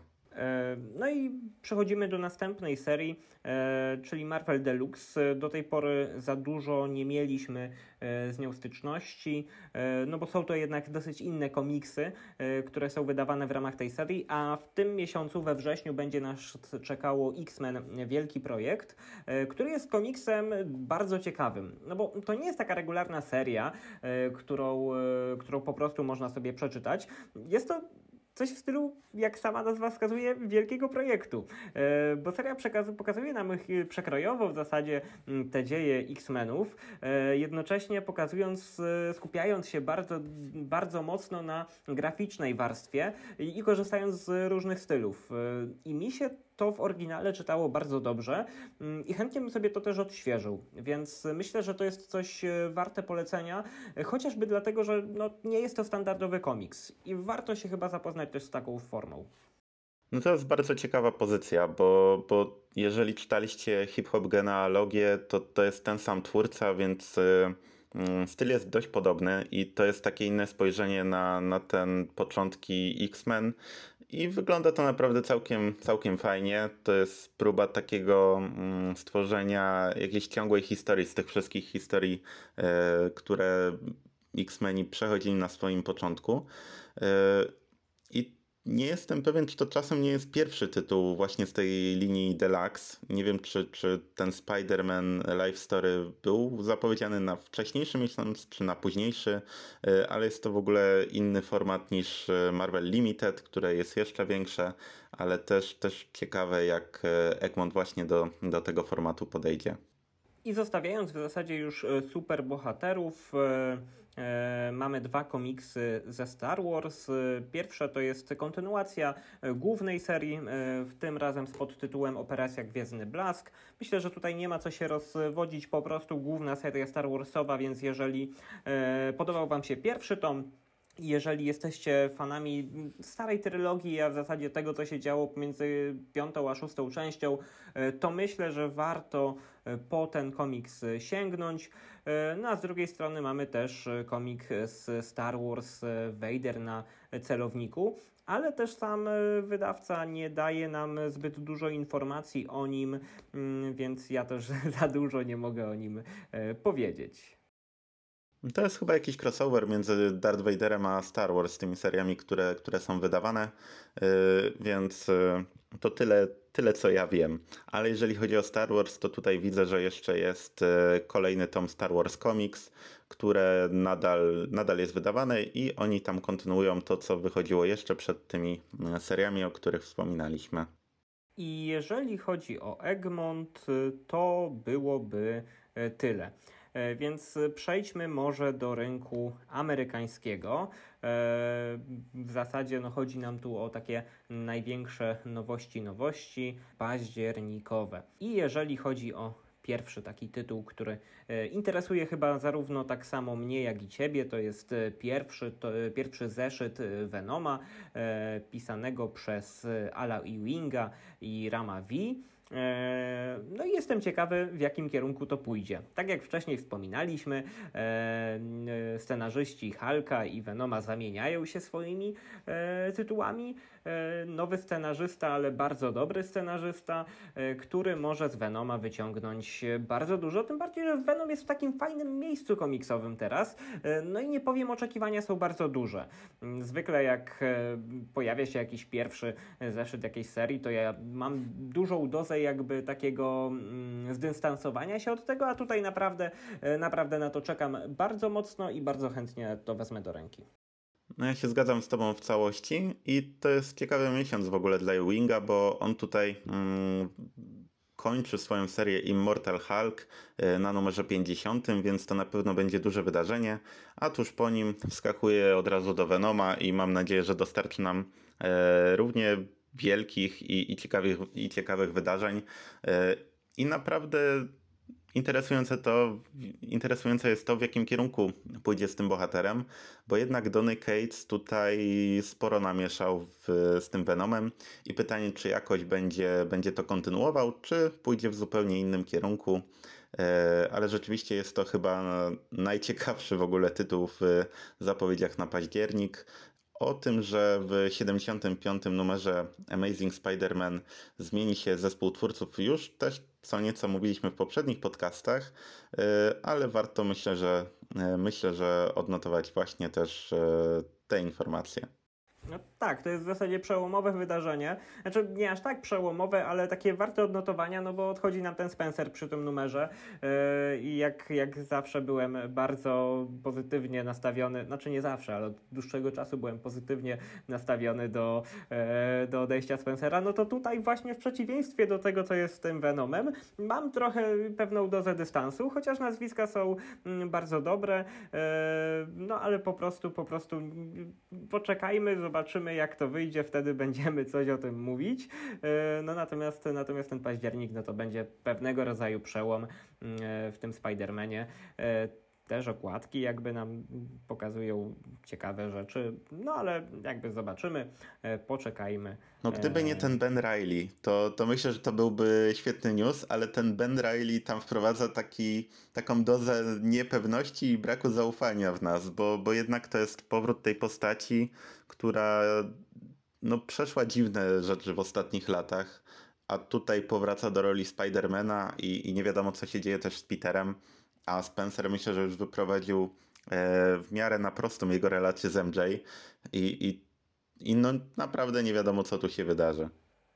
No i przechodzimy do następnej serii, czyli Marvel Deluxe. Do tej pory za dużo nie mieliśmy z nią styczności, no bo są to jednak dosyć inne komiksy, które są wydawane w ramach tej serii, a w tym miesiącu, we wrześniu, będzie nas czekało X-Men Wielki Projekt, który jest komiksem bardzo ciekawym, no bo to nie jest taka regularna seria, którą, którą po prostu można sobie przeczytać. Jest to coś w stylu, jak sama nazwa wskazuje, wielkiego projektu. E, bo seria przekaz- pokazuje nam przekrojowo w zasadzie te dzieje X-Menów, e, jednocześnie pokazując, e, skupiając się bardzo, bardzo mocno na graficznej warstwie i, i korzystając z różnych stylów. E, I mi się to w oryginale czytało bardzo dobrze i chętnie bym sobie to też odświeżył, więc myślę, że to jest coś warte polecenia, chociażby dlatego, że no, nie jest to standardowy komiks i warto się chyba zapoznać też z taką formą. No to jest bardzo ciekawa pozycja, bo, bo jeżeli czytaliście hip-hop genealogię, to to jest ten sam twórca, więc y, mm, styl jest dość podobny i to jest takie inne spojrzenie na, na ten początki X-Men i wygląda to naprawdę całkiem, całkiem fajnie. To jest próba takiego mm, stworzenia jakiejś ciągłej historii z tych wszystkich historii, e, które X-Meni przechodzili na swoim początku. E, I nie jestem pewien, czy to czasem nie jest pierwszy tytuł właśnie z tej linii Deluxe. Nie wiem, czy, czy ten Spider-Man Life Story był zapowiedziany na wcześniejszy miesiąc, czy na późniejszy, y, ale jest to w ogóle inny format niż y, Marvel Limited, które jest jeszcze większe, ale też, też ciekawe, jak y, Egmont właśnie do, do tego formatu podejdzie. I zostawiając w zasadzie już e, super bohaterów, e, e, mamy dwa komiksy ze Star Wars. E, Pierwsza to jest kontynuacja e, głównej serii, e, w tym razem z podtytułem Operacja Gwiezdny Blask. Myślę, że tutaj nie ma co się rozwodzić, po prostu główna seria Star Warsowa, więc jeżeli e, podobał wam się pierwszy tom, jeżeli jesteście fanami starej trylogii, a w zasadzie tego, co się działo pomiędzy piątą a szóstą częścią, to myślę, że warto po ten komiks sięgnąć. No a z drugiej strony mamy też komik z Star Wars Vader na celowniku, ale też sam wydawca nie daje nam zbyt dużo informacji o nim, więc ja też za dużo nie mogę o nim powiedzieć. To jest chyba jakiś crossover między Darth Vaderem a Star Wars, tymi seriami, które, które są wydawane, yy, więc yy, to tyle, tyle, co ja wiem. Ale jeżeli chodzi o Star Wars, to tutaj widzę, że jeszcze jest yy, kolejny tom Star Wars Comics, które nadal, nadal jest wydawane i oni tam kontynuują to, co wychodziło jeszcze przed tymi yy, seriami, o których wspominaliśmy. I jeżeli chodzi o Egmont, y, to byłoby y, tyle. E, Więc przejdźmy może do rynku amerykańskiego. E, W zasadzie no, chodzi nam tu o takie największe nowości, nowości październikowe. I jeżeli chodzi o pierwszy taki tytuł, który e, interesuje chyba zarówno tak samo mnie, jak i ciebie, to jest e, pierwszy, to, e, pierwszy zeszyt e, Venoma, e, pisanego przez e, Ala Ewinga i Rama V. E, No i jestem ciekawy, w jakim kierunku to pójdzie. Tak jak wcześniej wspominaliśmy, e, e, scenarzyści Hulka i Venoma zamieniają się swoimi e, tytułami. E, Nowy scenarzysta, ale bardzo dobry scenarzysta, e, który może z Venoma wyciągnąć bardzo dużo. Tym bardziej, że Venom jest w takim fajnym miejscu komiksowym teraz. E, No i nie powiem, oczekiwania są bardzo duże. Mm, Zwykle jak e, pojawia się jakiś pierwszy zeszyt jakiejś serii, to ja mam dużą dozę jakby takiego mm, zdystansowania się od tego, a tutaj naprawdę, e, naprawdę na to czekam bardzo mocno i bardzo chętnie to wezmę do ręki. No ja się zgadzam z tobą w całości i to jest ciekawy miesiąc w ogóle dla Ewinga, bo on tutaj mm, kończy swoją serię Immortal Hulk e, na numerze pięćdziesiątym, więc to na pewno będzie duże wydarzenie, a tuż po nim wskakuje od razu do Venoma i mam nadzieję, że dostarczy nam e, równie wielkich i, i, ciekawych, i ciekawych wydarzeń. E, I naprawdę Interesujące to, interesujące jest to, w jakim kierunku pójdzie z tym bohaterem, bo jednak Donny Cates tutaj sporo namieszał w, z tym Venomem i pytanie, czy jakoś będzie, będzie to kontynuował, czy pójdzie w zupełnie innym kierunku. E, ale rzeczywiście jest to chyba najciekawszy w ogóle tytuł w zapowiedziach na październik. O tym, że w siedemdziesiątym piątym numerze Amazing Spider-Man zmieni się zespół twórców, już też co nieco mówiliśmy w poprzednich podcastach, y, ale warto myślę, że y, myślę, że odnotować właśnie też y, te informacje. No tak, to jest w zasadzie przełomowe wydarzenie. Znaczy nie aż tak przełomowe, ale takie warte odnotowania, no bo odchodzi nam ten Spencer przy tym numerze yy, i jak, jak zawsze byłem bardzo pozytywnie nastawiony, znaczy nie zawsze, ale od dłuższego czasu byłem pozytywnie nastawiony do, yy, do odejścia Spencera, no to tutaj właśnie w przeciwieństwie do tego, co jest z tym Venomem, mam trochę pewną dozę dystansu, chociaż nazwiska są mm, bardzo dobre, yy, no ale po prostu, po prostu mm, poczekajmy, zobaczymy jak to wyjdzie, wtedy będziemy coś o tym mówić. E, No natomiast, natomiast ten październik, no to będzie pewnego rodzaju przełom mm, e, w tym Spider-Manie. E, Też okładki jakby nam pokazują ciekawe rzeczy, no ale jakby zobaczymy, e, poczekajmy. No gdyby nie E, ten Ben Reilly, to, to myślę, że to byłby świetny news, ale ten Ben Reilly tam wprowadza taki, taką dozę niepewności i braku zaufania w nas, bo, bo jednak to jest powrót tej postaci, która no, przeszła dziwne rzeczy w ostatnich latach, a tutaj powraca do roli Spidermana i, i nie wiadomo co się dzieje też z Peterem, a Spencer myślę, że już wyprowadził e, w miarę na prostą jego relację z M J i, i i no naprawdę nie wiadomo, co tu się wydarzy.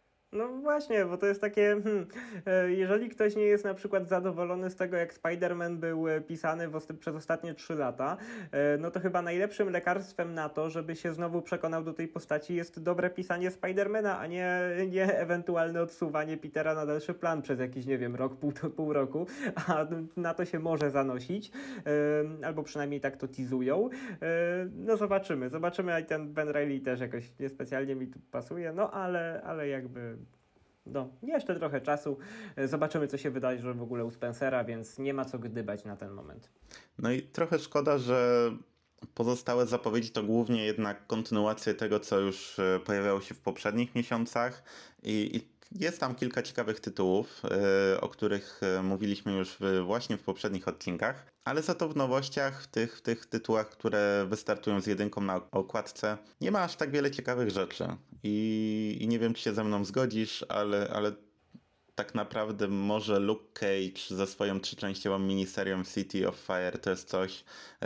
No właśnie, bo to jest takie, hmm, e, jeżeli ktoś nie jest na przykład zadowolony z tego, jak Spider-Man był e, pisany w ost- przez ostatnie trzy lata, e, no to chyba najlepszym lekarstwem na to, żeby się znowu przekonał do tej postaci, jest dobre pisanie Spider-Mana, a nie, nie ewentualne odsuwanie Petera na dalszy plan przez jakiś, nie wiem, rok, pół, pół roku, a na to się może zanosić, e, albo przynajmniej tak to teasują. E, No zobaczymy, zobaczymy, a i ten Ben Reilly też jakoś niespecjalnie mi tu pasuje, no ale, ale jakby no, jeszcze trochę czasu. E, Zobaczymy, co się wydarzy w ogóle u Spencera, więc nie ma co gdybać na ten moment. No i trochę szkoda, że pozostałe zapowiedzi to głównie jednak kontynuacje tego, co już e, pojawiało się w poprzednich miesiącach i, i jest tam kilka ciekawych tytułów, e, o których e, mówiliśmy już w, właśnie w poprzednich odcinkach, ale za to w nowościach, w tych, w tych tytułach, które wystartują z jedynką na okładce, nie ma aż tak wiele ciekawych rzeczy. I, i nie wiem, czy się ze mną zgodzisz, ale, ale tak naprawdę może Luke Cage ze swoją trzyczęściową miniserią City of Fire to jest coś,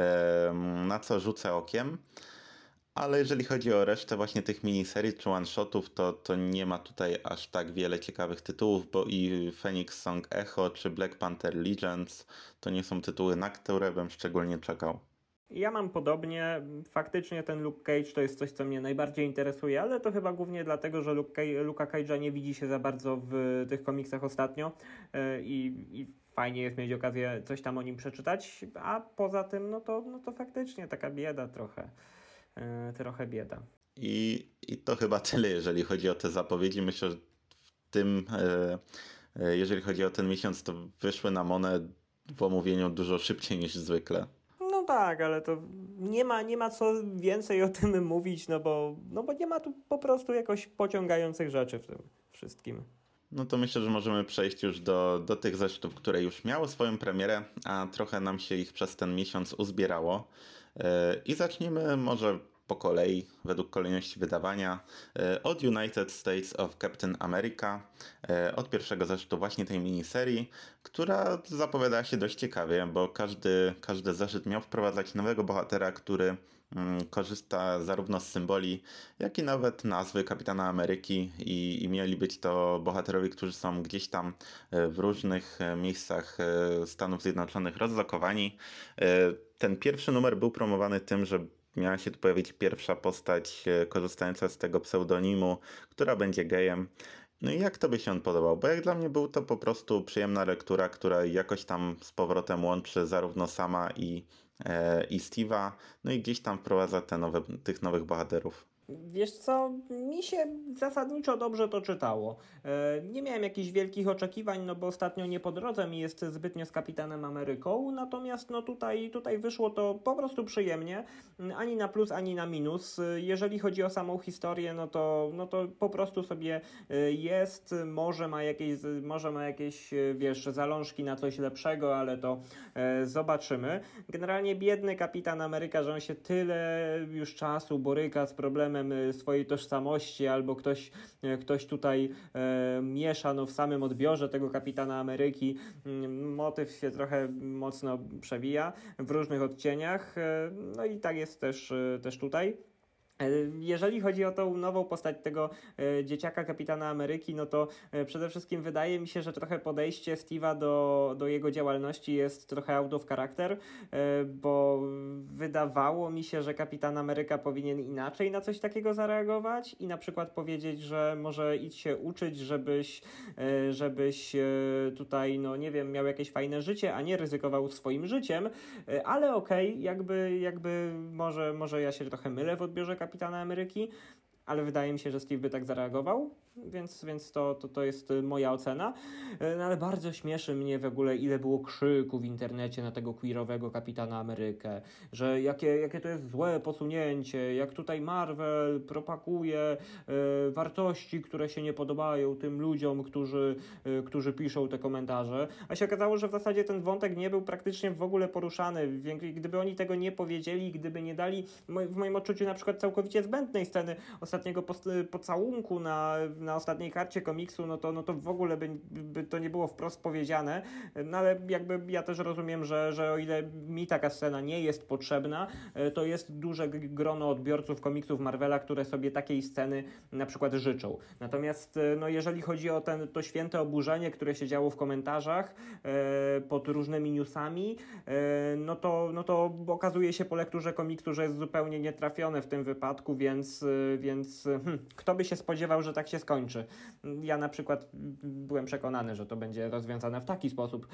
em, na co rzucę okiem. Ale jeżeli chodzi o resztę właśnie tych miniserii czy one-shotów, to, to nie ma tutaj aż tak wiele ciekawych tytułów, bo i Phoenix Song Echo czy Black Panther Legends to nie są tytuły, na które bym szczególnie czekał. Ja mam podobnie. Faktycznie ten Luke Cage to jest coś, co mnie najbardziej interesuje, ale to chyba głównie dlatego, że Luke Cage, Luka Cage'a nie widzi się za bardzo w tych komiksach ostatnio yy, i, i fajnie jest mieć okazję coś tam o nim przeczytać, a poza tym, no to, no to faktycznie taka bieda trochę. Yy, trochę bieda. I, I to chyba tyle, jeżeli chodzi o te zapowiedzi. Myślę, że w tym, e, e, jeżeli chodzi o ten miesiąc, to wyszły nam one w omówieniu dużo szybciej niż zwykle. No tak, ale to nie ma, nie ma co więcej o tym mówić, no bo, no bo nie ma tu po prostu jakoś pociągających rzeczy w tym wszystkim. No to myślę, że możemy przejść już do, do tych zeszytów, które już miały swoją premierę, a trochę nam się ich przez ten miesiąc uzbierało. E, I zacznijmy może po kolei, według kolejności wydawania, e, od United States of Captain America, e, od pierwszego zeszytu właśnie tej miniserii, która zapowiadała się dość ciekawie, bo każdy, każdy zeszyt miał wprowadzać nowego bohatera, który mm, korzysta zarówno z symboli, jak i nawet nazwy Kapitana Ameryki i, i mieli być to bohaterowie, którzy są gdzieś tam e, w różnych e, miejscach e, Stanów Zjednoczonych rozlokowani. E, Ten pierwszy numer był promowany tym, że miała się tu pojawić pierwsza postać e, korzystająca z tego pseudonimu, która będzie gejem. No i jak tobie się on podobał? Bo jak dla mnie był to po prostu przyjemna lektura, która jakoś tam z powrotem łączy zarówno sama i, e, i Steve'a, no i gdzieś tam wprowadza te nowe, tych nowych bohaterów. Wiesz co, mi się zasadniczo dobrze to czytało. E, Nie miałem jakichś wielkich oczekiwań, no bo ostatnio nie po drodze mi jest zbytnio z Kapitanem Ameryką, natomiast no tutaj, tutaj wyszło to po prostu przyjemnie, ani na plus, ani na minus. Jeżeli chodzi o samą historię, no to, no to po prostu sobie e, jest, może ma jakieś, może ma jakieś, e, wiesz, zalążki na coś lepszego, ale to e, zobaczymy. Generalnie biedny Kapitan Ameryka, że on się tyle już czasu boryka z problemem swojej tożsamości, albo ktoś, ktoś tutaj e, miesza no, w samym odbiorze tego Kapitana Ameryki. Motyw się trochę mocno przewija w różnych odcieniach. E, no i tak jest też, e, też tutaj. Jeżeli chodzi o tą nową postać tego e, dzieciaka Kapitana Ameryki, no to e, przede wszystkim wydaje mi się, że trochę podejście Steve'a do, do jego działalności jest trochę out of character, e, bo wydawało mi się, że Kapitan Ameryka powinien inaczej na coś takiego zareagować i na przykład powiedzieć, że może idź się uczyć, żebyś, e, żebyś e, tutaj, no nie wiem, miał jakieś fajne życie, a nie ryzykował swoim życiem, e, ale okej, okay, jakby, jakby może, może ja się trochę mylę w odbiorze Kapitana Ameryki, ale wydaje mi się, że Steve by tak zareagował, więc, więc to, to, to jest moja ocena. No ale bardzo śmieszy mnie w ogóle, ile było krzyku w internecie na tego queerowego Kapitana Amerykę, że jakie, jakie to jest złe posunięcie, jak tutaj Marvel propaguje e, wartości, które się nie podobają tym ludziom, którzy, e, którzy piszą te komentarze, a się okazało, że w zasadzie ten wątek nie był praktycznie w ogóle poruszany. Gdyby oni tego nie powiedzieli, gdyby nie dali w moim odczuciu na przykład całkowicie zbędnej sceny ostatniego pocałunku na, na ostatniej karcie komiksu, no to, no to w ogóle by, by to nie było wprost powiedziane, no ale jakby ja też rozumiem, że, że o ile mi taka scena nie jest potrzebna, to jest duże grono odbiorców komiksów Marvela, które sobie takiej sceny na przykład życzą. Natomiast no jeżeli chodzi o ten, to święte oburzenie, które się działo w komentarzach e, pod różnymi newsami, e, no, to, no to okazuje się po lekturze komiksu, że jest zupełnie nietrafione w tym wypadku, więc więc hmm, kto by się spodziewał, że tak się skończy. Ja na przykład byłem przekonany, że to będzie rozwiązane w taki sposób.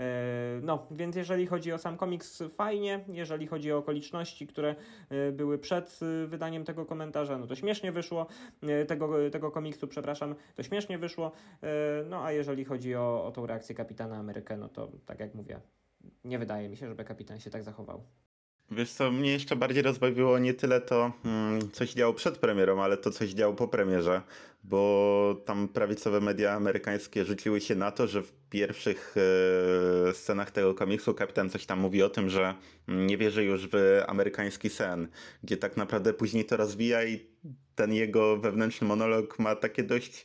E, no, więc jeżeli chodzi o sam komiks, fajnie. Jeżeli chodzi o okoliczności, które e, były przed e, wydaniem tego komentarza, no to śmiesznie wyszło. E, tego, tego komiksu, przepraszam, to śmiesznie wyszło. E, no, a jeżeli chodzi o, o tą reakcję Kapitana Amerykę, no to tak jak mówię, nie wydaje mi się, żeby kapitan się tak zachował. Wiesz co, mnie jeszcze bardziej rozbawiło nie tyle to, mm, co się działo przed premierą, ale to, co się działo po premierze, bo tam prawicowe media amerykańskie rzuciły się na to, że w pierwszych e, scenach tego komiksu kapitan coś tam mówi o tym, że nie wierzy już w amerykański sen, gdzie tak naprawdę później to rozwija i ten jego wewnętrzny monolog ma takie dość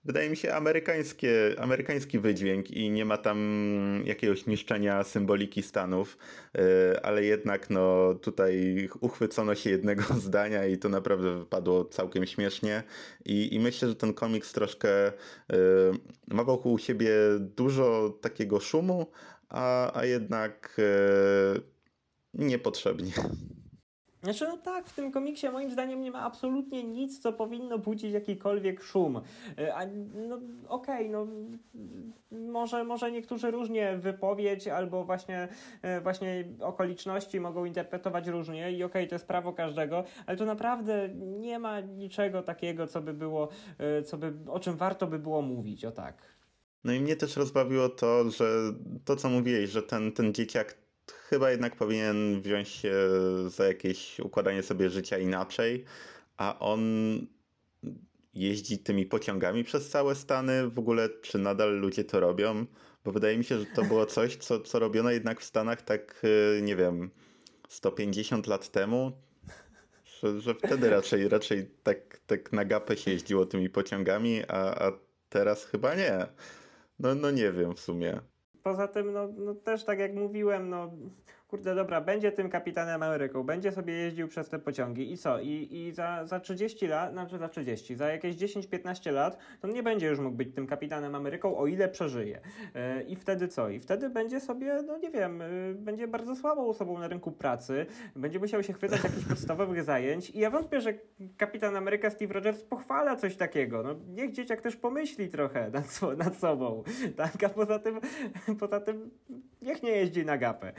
wydaje mi się, amerykańskie, amerykański wydźwięk i nie ma tam jakiegoś niszczenia symboliki Stanów, yy, ale jednak no tutaj uchwycono się jednego zdania i to naprawdę wypadło całkiem śmiesznie i, i myślę, że ten komiks troszkę yy, ma wokół siebie dużo takiego szumu, a, a jednak yy, niepotrzebnie. Znaczy, no tak, w tym komiksie moim zdaniem nie ma absolutnie nic, co powinno budzić jakikolwiek szum. E, A, no okej, no może, może niektórzy różnie wypowiedź albo właśnie, e, właśnie okoliczności mogą interpretować różnie i okej, to jest prawo każdego, ale to naprawdę nie ma niczego takiego, co by było, e, co by, o czym warto by było mówić, o tak. No i mnie też rozbawiło to, że to co mówiłeś, że ten, ten dzieciak chyba jednak powinien wziąć się za jakieś układanie sobie życia inaczej, a on jeździ tymi pociągami przez całe Stany. W ogóle czy nadal ludzie to robią? Bo wydaje mi się, że to było coś, co, co robiono jednak w Stanach tak, y, nie wiem, sto pięćdziesiąt lat temu. Że, że wtedy raczej, raczej tak, tak na gapę się jeździło tymi pociągami, a, a teraz chyba nie. No, no nie wiem w sumie. Poza tym, no, no też tak jak mówiłem, no kurde, dobra, będzie tym Kapitanem Ameryką, będzie sobie jeździł przez te pociągi i co? I, i za, za trzydzieści lat, znaczy za trzydzieści, za jakieś dziesięć piętnaście lat, to on nie będzie już mógł być tym Kapitanem Ameryką, o ile przeżyje. Yy, I wtedy co? I wtedy będzie sobie, no nie wiem, yy, będzie bardzo słabą osobą na rynku pracy, będzie musiał się chwytać jakichś podstawowych zajęć i ja wątpię, że Kapitan Ameryka Steve Rogers pochwala coś takiego. No niech dzieciak też pomyśli trochę nad, so- nad sobą, tak? A poza tym, poza tym niech nie jeździ na gapę.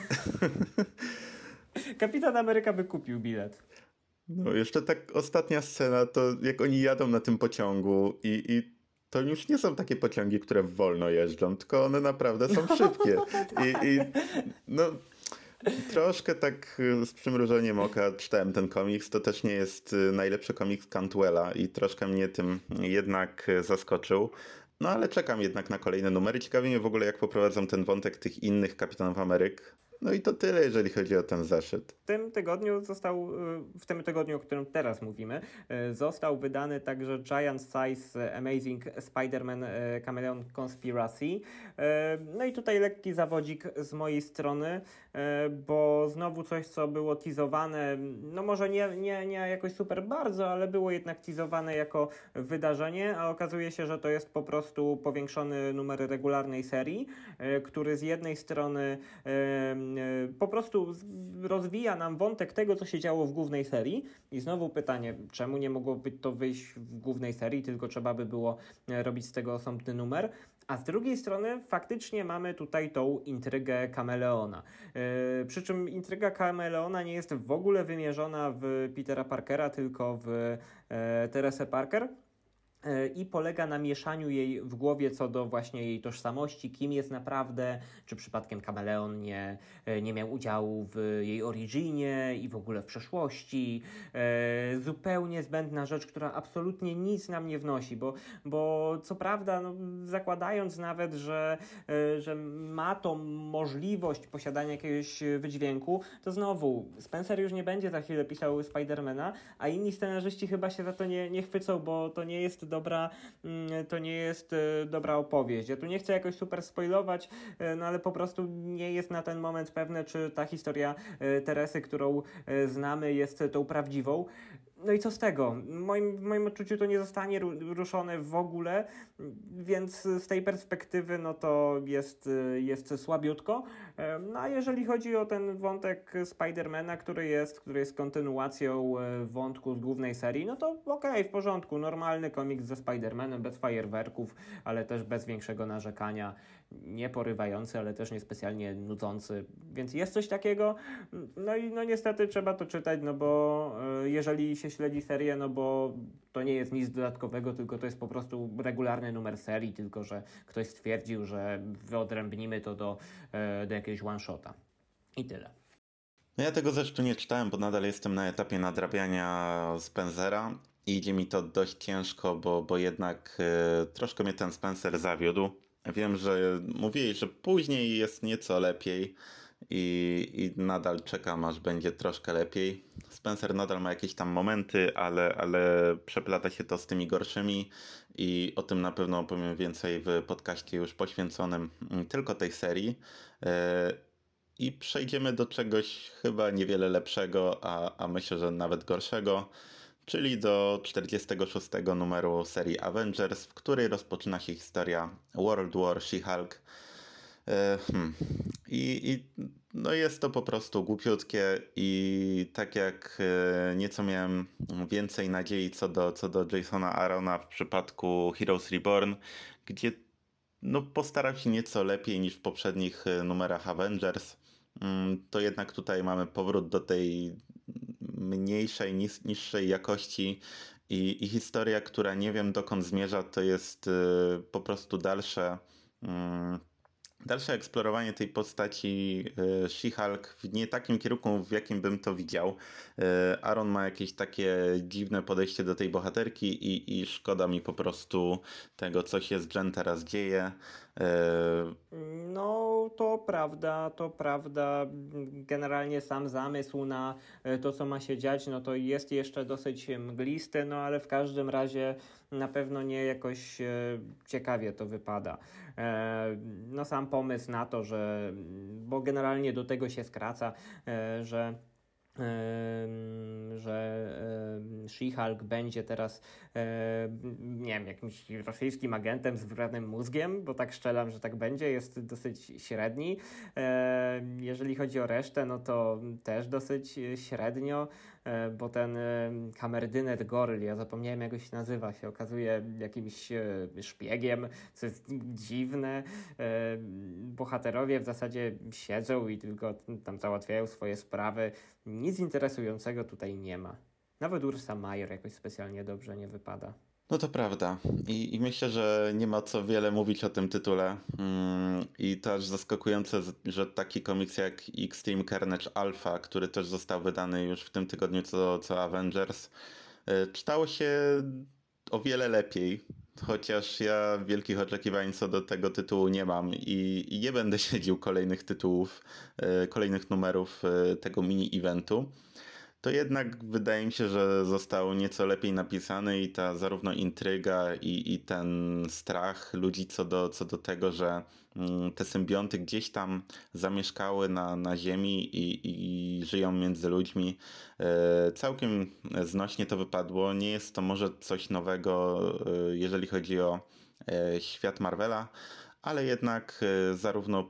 Kapitan Ameryka by kupił bilet. No jeszcze tak ostatnia scena, to jak oni jadą na tym pociągu i, i to już nie są takie pociągi, które wolno jeżdżą, tylko one naprawdę są szybkie. I, i no troszkę tak y, z przymrużeniem oka czytałem ten komiks. To też nie jest y, najlepszy komiks Cantwella i troszkę mnie tym jednak y, zaskoczył. No ale czekam jednak na kolejne numery. Ciekawi mnie w ogóle, jak poprowadzą ten wątek tych innych Kapitanów Ameryk. No i to tyle, jeżeli chodzi o ten zeszyt. W tym tygodniu został, y, w tym tygodniu, o którym teraz mówimy, y, został wydany także Giant Size Amazing Spider-Man y, Chameleon Conspiracy. Y, No i tutaj lekki zawodzik z mojej strony, y, bo znowu coś, co było teasowane, no może nie, nie, nie jakoś super bardzo, ale było jednak teasowane jako wydarzenie, a okazuje się, że to jest po prostu powiększony numer regularnej serii, y, który z jednej strony y, po prostu rozwija nam wątek tego, co się działo w głównej serii. I znowu pytanie, czemu nie mogło być to wyjść w głównej serii, tylko trzeba by było robić z tego osobny numer. A z drugiej strony faktycznie mamy tutaj tą intrygę Kameleona. Yy, przy czym intryga Kameleona nie jest w ogóle wymierzona w Petera Parkera, tylko w e, Teresę Parker. I polega na mieszaniu jej w głowie co do właśnie jej tożsamości, kim jest naprawdę, czy przypadkiem Kameleon nie, nie miał udziału w jej originie i w ogóle w przeszłości. E, zupełnie zbędna rzecz, która absolutnie nic nam nie wnosi, bo, bo co prawda, no, zakładając nawet, że, e, że ma to możliwość posiadania jakiegoś wydźwięku, to znowu Spencer już nie będzie za chwilę pisał Spidermana, a inni scenarzyści chyba się za to nie, nie chwycą, bo to nie jest dobra, to nie jest dobra opowieść. Ja tu nie chcę jakoś super spoilować, no ale po prostu nie jest na ten moment pewne, czy ta historia Teresy, którą znamy, jest tą prawdziwą. No i co z tego? W moim, w moim odczuciu to nie zostanie ru- ruszone w ogóle, więc z tej perspektywy no to jest, jest słabiutko. No a jeżeli chodzi o ten wątek Spidermana, który jest, który jest kontynuacją wątku z głównej serii, no to okej, okay, w porządku, normalny komiks ze Spidermanem, bez fajerwerków, ale też bez większego narzekania, nie porywający, ale też niespecjalnie nudzący, więc jest coś takiego. No i no niestety trzeba to czytać, no bo jeżeli się śledzi serię, no bo to nie jest nic dodatkowego, tylko to jest po prostu regularny numer serii, tylko że ktoś stwierdził, że wyodrębnimy to do, do jakiegoś one-shota. I tyle. No ja tego zresztą nie czytałem, bo nadal jestem na etapie nadrabiania Spencera i idzie mi to dość ciężko, bo, bo jednak y, troszkę mnie ten Spencer zawiódł. Wiem, że mówiłeś, że później jest nieco lepiej, i, i nadal czekam, aż będzie troszkę lepiej. Spencer nadal ma jakieś tam momenty, ale, ale przeplata się to z tymi gorszymi i o tym na pewno opowiem więcej w podcaście już poświęconym mm, tylko tej serii. E, I przejdziemy do czegoś chyba niewiele lepszego, a, a myślę, że nawet gorszego, czyli do czterdziestego szóstego numeru serii Avengers, w której rozpoczyna się historia World War She-Hulk. E, hmm. I, I no jest to po prostu głupiutkie i tak jak e, nieco miałem więcej nadziei co do, co do Jasona Aarona w przypadku Heroes Reborn, gdzie no, postarał się nieco lepiej niż w poprzednich e, numerach Avengers, mm, to jednak tutaj mamy powrót do tej mniejszej, nis, niższej jakości i, i historia, która nie wiem dokąd zmierza, to jest e, po prostu dalsze. mm, Dalsze eksplorowanie tej postaci e, She-Hulk w nie takim kierunku, w jakim bym to widział. E, Aaron ma jakieś takie dziwne podejście do tej bohaterki i, i szkoda mi po prostu tego, co się z Jen teraz dzieje. E, No, to prawda, to prawda. Generalnie sam zamysł na e, to, co ma się dziać, no to jest jeszcze dosyć mglisty, no ale w każdym razie na pewno nie jakoś e, ciekawie to wypada. E, No sam pomysł na to, że, bo generalnie do tego się skraca, e, że em, że em, She-Hulk będzie teraz em, nie wiem, jakimś rosyjskim agentem z wybranym mózgiem, bo tak strzelam, że tak będzie, jest dosyć średni. Em, Jeżeli chodzi o resztę, no to też dosyć e, średnio, e, bo ten e, kamerdynet Goryl, ja zapomniałem jak go się nazywa, się okazuje jakimś e, szpiegiem, co jest dziwne. E, Bohaterowie w zasadzie siedzą i tylko tam załatwiają swoje sprawy. Nic interesującego tutaj nie ma. Nawet Ursa Major jakoś specjalnie dobrze nie wypada. no to prawda. I, I myślę, że nie ma co wiele mówić o tym tytule. Mm, I to aż zaskakujące, z- że taki komiks jak Extreme Carnage Alpha, który też został wydany już w tym tygodniu co, co Avengers, e, czytało się o wiele lepiej. Chociaż ja wielkich oczekiwań co do tego tytułu nie mam i, i nie będę śledził kolejnych tytułów, e, kolejnych numerów e, tego mini-eventu, to jednak wydaje mi się, że został nieco lepiej napisany i ta zarówno intryga i, i ten strach ludzi co do, co do tego, że mm, te symbionty gdzieś tam zamieszkały na, na ziemi i, i żyją między ludźmi. E, całkiem znośnie to wypadło. Nie jest to może coś nowego, e, jeżeli chodzi o e, świat Marvela, ale jednak e, zarówno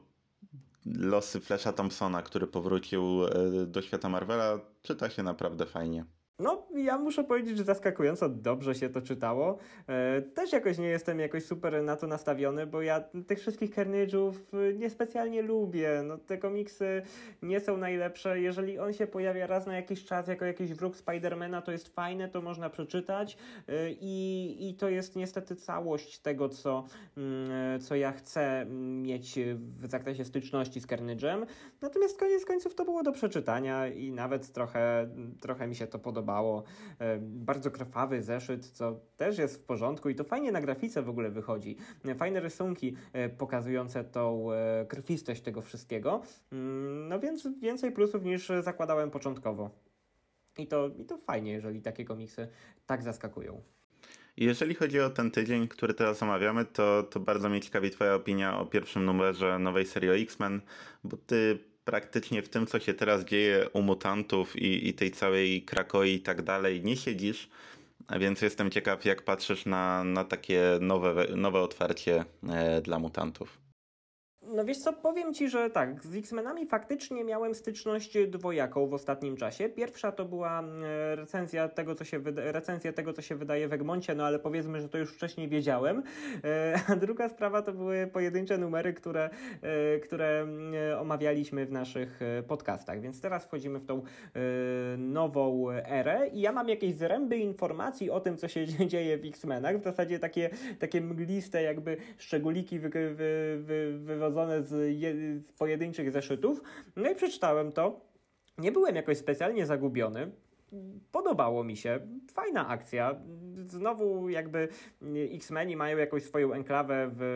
losy Flasha Thompsona, który powrócił e, do świata Marvela, czyta się naprawdę fajnie. No, ja muszę powiedzieć, że zaskakująco dobrze się to czytało. E, też jakoś nie jestem jakoś super na to nastawiony, bo ja tych wszystkich Carnage'ów y, niespecjalnie lubię. No, te komiksy nie są najlepsze. Jeżeli on się pojawia raz na jakiś czas jako jakiś wróg Spidermana, to jest fajne, to można przeczytać y, i, i to jest niestety całość tego, co, mm, co ja chcę mm, mieć w zakresie styczności z Carnage'em. Natomiast koniec końców to było do przeczytania i nawet trochę, trochę mi się to podobało. E, Bardzo krwawy zeszyt, co też jest w porządku i to fajnie na grafice w ogóle wychodzi. E, Fajne rysunki e, pokazujące tą e, krwistość tego wszystkiego. Mm, No więc więcej plusów niż zakładałem początkowo. I to, i to fajnie, jeżeli takie komiksy tak zaskakują. I jeżeli chodzi o ten tydzień, który teraz omawiamy, to, to bardzo mnie ciekawi Twoja opinia o pierwszym numerze nowej serii o X-Men, bo Ty praktycznie w tym, co się teraz dzieje u mutantów i, i tej całej Krakoi i tak dalej, nie siedzisz, a więc jestem ciekaw, jak patrzysz na, na takie nowe, nowe otwarcie e, dla mutantów. No wiesz co, powiem ci, że tak, z X-Menami faktycznie miałem styczność dwojaką w ostatnim czasie. Pierwsza to była e, recenzja tego, co się wyda- recenzja tego, co się wydaje w Egmoncie, no ale powiedzmy, że to już wcześniej wiedziałem. E, A druga sprawa to były pojedyncze numery, które, e, które e, omawialiśmy w naszych e, podcastach. Więc teraz wchodzimy w tą e, nową erę i ja mam jakieś zręby informacji o tym, co się dzieje w X-Menach. W zasadzie takie, takie mgliste jakby szczególiki wy, wy, wy, wywodzone z, je, z pojedynczych zeszytów. No i przeczytałem to. Nie byłem jakoś specjalnie zagubiony. podobało mi się. Fajna akcja. Znowu jakby X-Meni mają jakąś swoją enklawę w,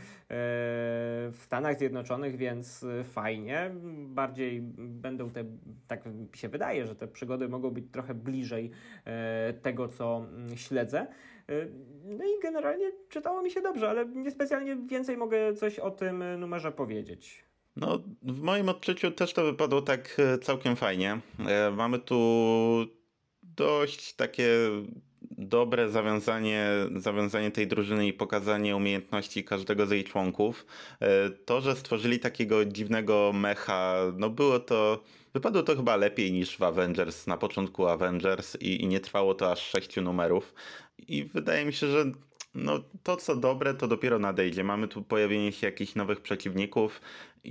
w Stanach Zjednoczonych, więc fajnie. Bardziej będą te, tak mi się wydaje, że te przygody mogą być trochę bliżej tego, co śledzę. No i generalnie czytało mi się dobrze, ale niespecjalnie więcej mogę coś o tym numerze powiedzieć. No, w moim odczuciu też to wypadło tak e, całkiem fajnie. E, Mamy tu dość takie dobre zawiązanie, zawiązanie tej drużyny i pokazanie umiejętności każdego z jej członków. E, To, że stworzyli takiego dziwnego mecha, no było to, wypadło to chyba lepiej niż w Avengers, na początku Avengers i, i nie trwało to aż sześciu numerów. I wydaje mi się, że no, to co dobre, to dopiero nadejdzie. Mamy tu pojawienie się jakichś nowych przeciwników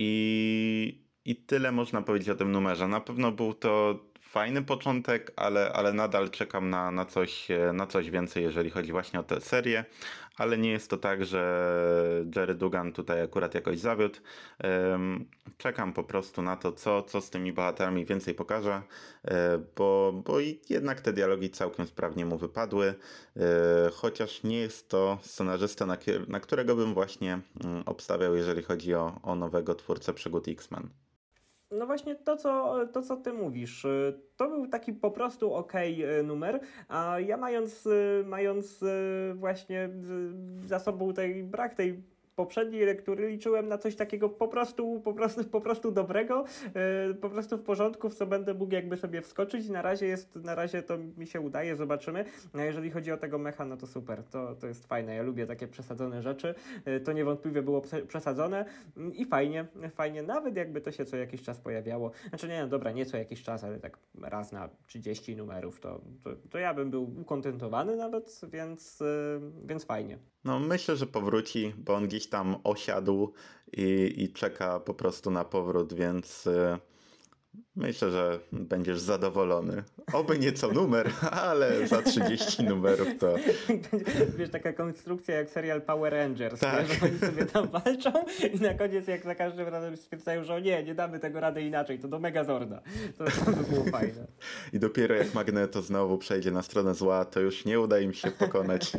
i, i tyle można powiedzieć o tym numerze. Na pewno był to fajny początek, ale, ale nadal czekam na, na coś, e, na coś więcej, jeżeli chodzi właśnie o tę serię. Ale nie jest to tak, że Jerry Dugan tutaj akurat jakoś zawiódł. Em, Czekam po prostu na to, co, co z tymi bohaterami więcej pokaże, e, bo, bo i jednak te dialogi całkiem sprawnie mu wypadły. E, Chociaż nie jest to scenarzysta, na, kier- na którego bym właśnie mm, obstawiał, jeżeli chodzi o, o nowego twórcę przygód X-Men. No właśnie to co, to, co ty mówisz, y, to był taki po prostu okej y, numer, a ja mając, y, mając y, właśnie y, za sobą tej brak tej poprzedniej lektury liczyłem na coś takiego po prostu, po prostu, po prostu dobrego, y, po prostu w porządku, w co będę mógł jakby sobie wskoczyć. Na razie jest, na razie to mi się udaje, zobaczymy. A jeżeli chodzi o tego mecha, no to super, to, to jest fajne. Ja lubię takie przesadzone rzeczy. Y, To niewątpliwie było prze- przesadzone y, i fajnie, fajnie, nawet jakby to się co jakiś czas pojawiało. Znaczy nie, no dobra, nie co jakiś czas, ale tak raz na trzydzieści numerów, to, to, to ja bym był ukontentowany nawet, więc, y, więc fajnie. No, myślę, że powróci, bo on gdzieś tam osiadł i, i czeka po prostu na powrót, więc y, myślę, że będziesz zadowolony. Oby nie co numer, ale za trzydzieści numerów to Wiesz, taka konstrukcja jak serial Power Rangers, tak. nie? Że oni sobie tam walczą i na koniec jak za każdym razem stwierdzają, że o nie, nie damy tego rady inaczej, to do Megazorda. To, to by było fajne. I dopiero jak Magneto znowu przejdzie na stronę zła, to już nie uda im się pokonać.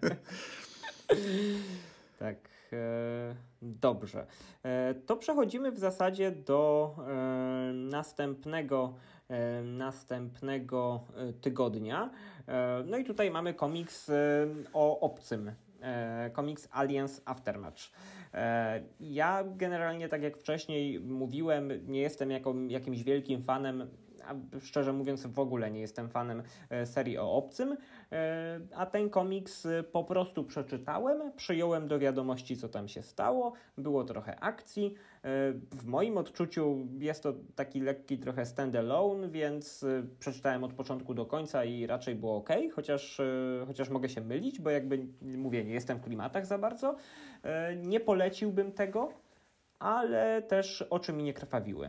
Tak, e, dobrze. E, to przechodzimy w zasadzie do e, następnego, e, następnego e, tygodnia. E, no i tutaj mamy komiks e, o obcym. E, komiks Aliens Aftermatch. E, ja generalnie, tak jak wcześniej mówiłem, nie jestem jako, jakimś wielkim fanem, a szczerze mówiąc w ogóle nie jestem fanem e, serii o obcym, e, a ten komiks e, po prostu przeczytałem, przyjąłem do wiadomości, co tam się stało, było trochę akcji. E, w moim odczuciu jest to taki lekki trochę stand-alone, więc e, przeczytałem od początku do końca i raczej było ok, chociaż, e, chociaż mogę się mylić, bo jakby mówię, nie jestem w klimatach za bardzo. E, nie poleciłbym tego, ale też oczy mi nie krwawiły.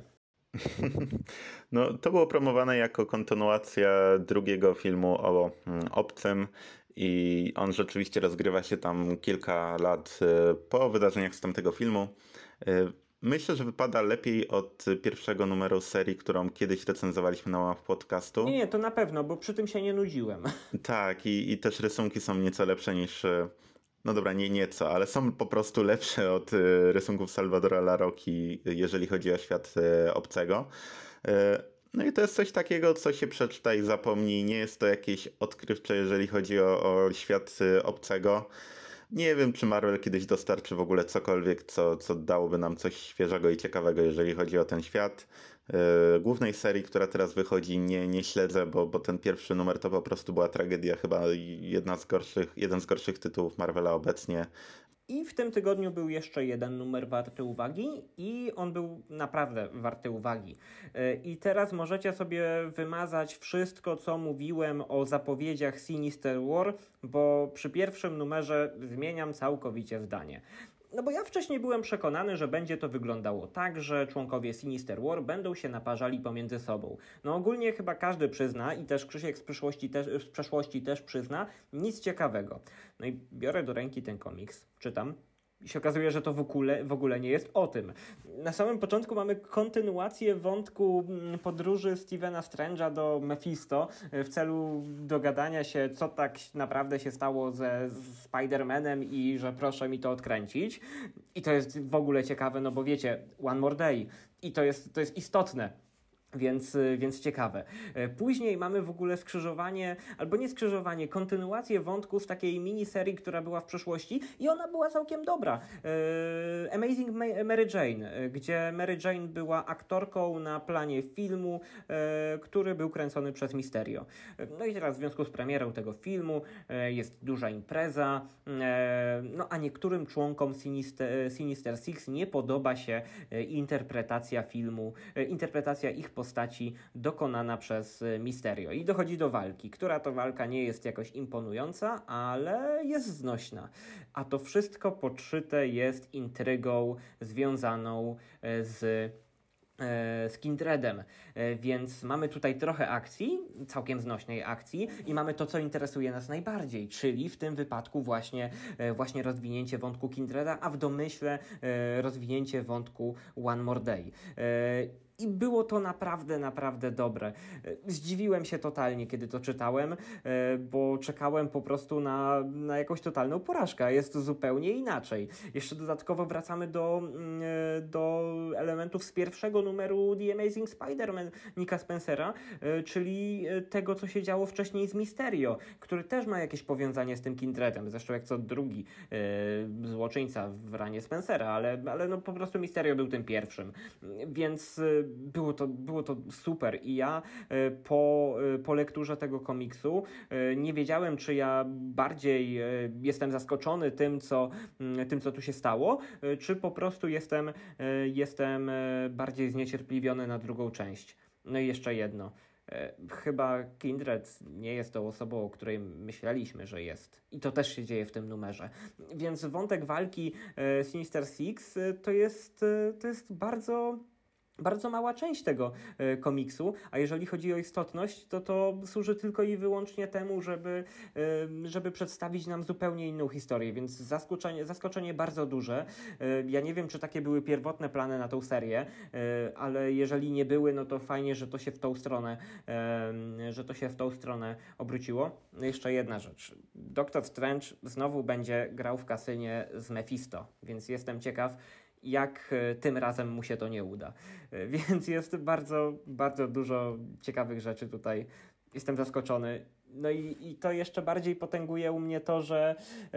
No, to było promowane jako kontynuacja drugiego filmu o mm, obcym i on rzeczywiście rozgrywa się tam kilka lat e, po wydarzeniach z tamtego filmu. E, Myślę, że wypada lepiej od pierwszego numeru serii, którą kiedyś recenzowaliśmy na łamach podcastu. Nie, nie, to na pewno, bo przy tym się nie nudziłem. Tak, i, i też rysunki są nieco lepsze niż. e, No dobra, nie nieco, ale są po prostu lepsze od e, rysunków Salvadora Larocchi, jeżeli chodzi o świat e, obcego. E, No i to jest coś takiego, co się przeczyta i zapomni. Nie jest to jakieś odkrywcze, jeżeli chodzi o, o świat e, obcego. Nie wiem, czy Marvel kiedyś dostarczy w ogóle cokolwiek, co, co dałoby nam coś świeżego i ciekawego, jeżeli chodzi o ten świat. Yy, głównej serii, która teraz wychodzi, nie, nie śledzę, bo, bo ten pierwszy numer to po prostu była tragedia, chyba jedna z gorszych, jeden z gorszych tytułów Marvela obecnie. I w tym tygodniu był jeszcze jeden numer warty uwagi i on był naprawdę warty uwagi. Yy, I teraz możecie sobie wymazać wszystko, co mówiłem o zapowiedziach Sinister War, bo przy pierwszym numerze zmieniam całkowicie zdanie. No bo ja wcześniej byłem przekonany, że będzie to wyglądało tak, że członkowie Sinister War będą się naparzali pomiędzy sobą. No ogólnie chyba każdy przyzna i też Krzysiek z przeszłości też, z przeszłości też przyzna, nic ciekawego. No i biorę do ręki ten komiks, czytam. I się okazuje, że to w ogóle, w ogóle nie jest o tym. Na samym początku mamy kontynuację wątku mm, podróży Stephena Strange'a do Mephisto y, w celu dogadania się, co tak naprawdę się stało ze z Spider-Manem i że proszę mi to odkręcić. I to jest w ogóle ciekawe, no bo wiecie, One More Day. I to jest, to jest istotne. Więc, więc ciekawe. Później mamy w ogóle skrzyżowanie, albo nie skrzyżowanie, kontynuację wątku z takiej miniserii, która była w przeszłości i ona była całkiem dobra. E, Amazing Mary Jane, gdzie Mary Jane była aktorką na planie filmu, e, który był kręcony przez Mysterio. No i teraz w związku z premierą tego filmu e, jest duża impreza, e, no a niektórym członkom Sinister, Sinister Six nie podoba się e, interpretacja filmu, e, interpretacja ich postaci dokonana przez Mysterio. I dochodzi do walki, która to walka nie jest jakoś imponująca, ale jest znośna. A to wszystko podszyte jest intrygą związaną z z Kindredem, więc mamy tutaj trochę akcji, całkiem znośnej akcji i mamy to, co interesuje nas najbardziej, czyli w tym wypadku właśnie, właśnie rozwinięcie wątku Kindreda, a w domyśle rozwinięcie wątku One More Day. I było to naprawdę, naprawdę dobre. Zdziwiłem się totalnie, kiedy to czytałem, bo czekałem po prostu na, na jakąś totalną porażkę, a jest to zupełnie inaczej. Jeszcze dodatkowo wracamy do, do elementów z pierwszego numeru The Amazing Spider-Man Nicka Spencera, czyli tego, co się działo wcześniej z Mysterio, który też ma jakieś powiązanie z tym Kindredem, zresztą jak co drugi złoczyńca w ranie Spencera, ale, ale no po prostu Mysterio był tym pierwszym. Więc Było to, było to super i ja po, po lekturze tego komiksu nie wiedziałem, czy ja bardziej jestem zaskoczony tym, co, tym, co tu się stało, czy po prostu jestem, jestem bardziej zniecierpliwiony na drugą część. No i jeszcze jedno. Chyba Kindred nie jest tą osobą, o której myśleliśmy, że jest. I to też się dzieje w tym numerze. Więc wątek walki Sinister Six to jest, to jest bardzo... Bardzo mała część tego y, komiksu, a jeżeli chodzi o istotność, to to służy tylko i wyłącznie temu, żeby, y, żeby przedstawić nam zupełnie inną historię, więc zaskoczenie, zaskoczenie bardzo duże. Y, ja nie wiem, czy takie były pierwotne plany na tą serię, y, ale jeżeli nie były, no to fajnie, że to się w tą stronę, y, że to się w tą stronę obróciło. No jeszcze jedna rzecz. Doktor Strange znowu będzie grał w kasynie z Mephisto, więc jestem ciekaw, jak tym razem mu się to nie uda. Więc jest bardzo, bardzo dużo ciekawych rzeczy tutaj. Jestem zaskoczony. No i, i to jeszcze bardziej potęguje u mnie to, że,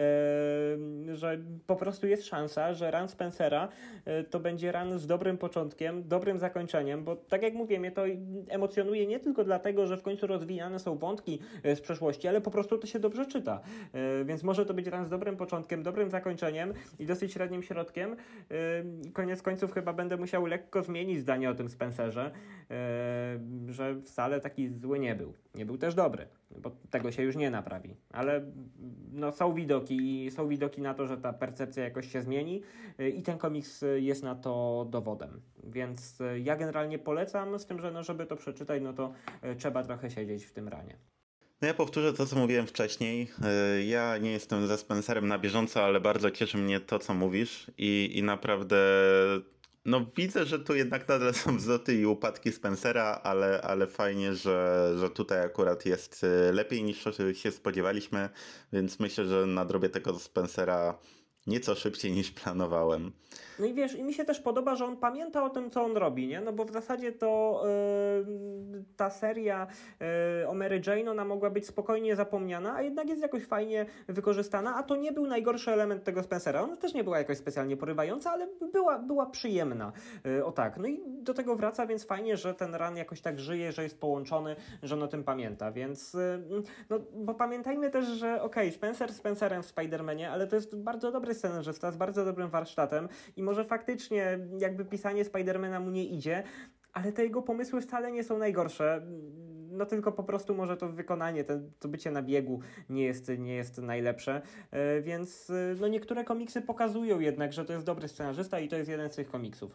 yy, że po prostu jest szansa, że run Spencera yy, to będzie run z dobrym początkiem, dobrym zakończeniem, bo tak jak mówię, mnie to emocjonuje nie tylko dlatego, że w końcu rozwijane są wątki yy, z przeszłości, ale po prostu to się dobrze czyta. Yy, więc może to być run z dobrym początkiem, dobrym zakończeniem i dosyć średnim środkiem. Yy, I koniec końców chyba będę musiał lekko zmienić zdanie o tym Spencerze, yy, że wcale taki zły nie był. Nie był też dobry, bo tego się już nie naprawi, ale no, są widoki, są widoki na to, że ta percepcja jakoś się zmieni i ten komiks jest na to dowodem, więc ja generalnie polecam, z tym, że no, żeby to przeczytać, no to trzeba trochę siedzieć w tym ranie. No ja powtórzę to, co mówiłem wcześniej. Ja nie jestem ze Spencerem na bieżąco, ale bardzo cieszy mnie to, co mówisz i, i naprawdę... No widzę, że tu jednak nadal są wzloty i upadki Spencera, ale, ale fajnie, że, że tutaj akurat jest lepiej niż się spodziewaliśmy, więc myślę, że nadrobię tego Spencera nieco szybciej niż planowałem. No i wiesz, i mi się też podoba, że on pamięta o tym, co on robi, nie? No bo w zasadzie to yy, ta seria yy, o Mary Jane, ona mogła być spokojnie zapomniana, a jednak jest jakoś fajnie wykorzystana, a to nie był najgorszy element tego Spencera. Ona też nie była jakoś specjalnie porywająca, ale była, była przyjemna. Yy, o tak, no i do tego wraca, więc fajnie, że ten run jakoś tak żyje, że jest połączony, że on o tym pamięta, więc yy, no bo pamiętajmy też, że okej, okay, Spencer Spencerem w Spider-Manie, ale to jest bardzo dobry scenarzysta z bardzo dobrym warsztatem i może faktycznie jakby pisanie Spidermana mu nie idzie, ale te jego pomysły wcale nie są najgorsze. no tylko po prostu może to wykonanie, to, to bycie na biegu nie jest, nie jest najlepsze, e, więc e, no niektóre komiksy pokazują jednak, że to jest dobry scenarzysta i to jest jeden z tych komiksów.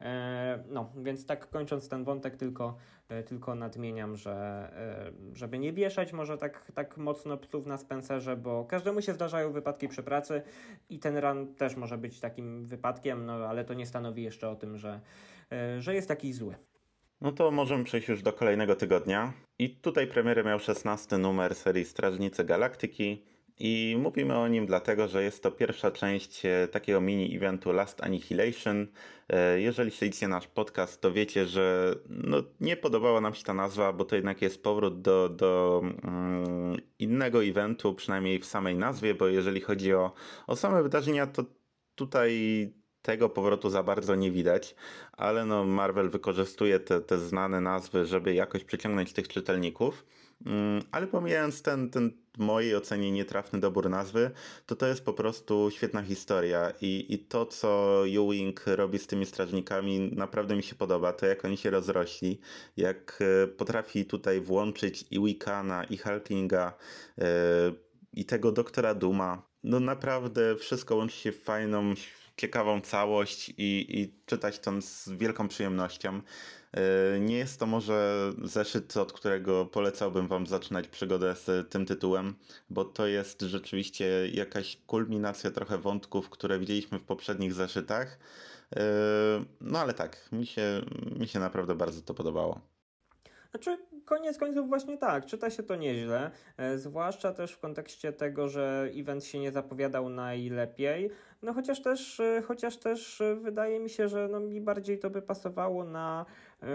E, no, więc tak kończąc ten wątek tylko, e, tylko nadmieniam, że e, żeby nie wieszać może tak, tak mocno psów na Spencerze, bo każdemu się zdarzają wypadki przy pracy i ten run też może być takim wypadkiem, no ale to nie stanowi jeszcze o tym, że, e, że jest jakiś zły. No to możemy przejść już do kolejnego tygodnia. I tutaj premierę miał szesnasty numer serii Strażnicy Galaktyki. I mówimy o nim dlatego, że jest to pierwsza część e, takiego mini-eventu Last Annihilation. E, Jeżeli śledzicie nasz podcast, to wiecie, że no, nie podobała nam się ta nazwa, bo to jednak jest powrót do, do mm, innego eventu, przynajmniej w samej nazwie, bo jeżeli chodzi o, o same wydarzenia, to tutaj tego powrotu za bardzo nie widać, ale no Marvel wykorzystuje te, te znane nazwy, żeby jakoś przyciągnąć tych czytelników. Mm, Ale pomijając ten, ten w mojej ocenie nietrafny dobór nazwy, to to jest po prostu świetna historia i, i to, co Ewing robi z tymi strażnikami, naprawdę mi się podoba. To, jak oni się rozrośli, jak e, potrafi tutaj włączyć i Wiccana, i Hulklinga, e, i tego doktora Dooma. No naprawdę wszystko łączy się w fajną, ciekawą całość i, i czytać to z wielką przyjemnością. E, Nie jest to może zeszyt, od którego polecałbym wam zaczynać przygodę z tym tytułem, bo to jest rzeczywiście jakaś kulminacja trochę wątków, które widzieliśmy w poprzednich zeszytach. E, No ale tak, mi się, mi się naprawdę bardzo to podobało. Znaczy, koniec końców właśnie tak, czyta się to nieźle, e, zwłaszcza też w kontekście tego, że event się nie zapowiadał najlepiej, no chociaż też, e, chociaż też e, wydaje mi się, że no mi bardziej to by pasowało na,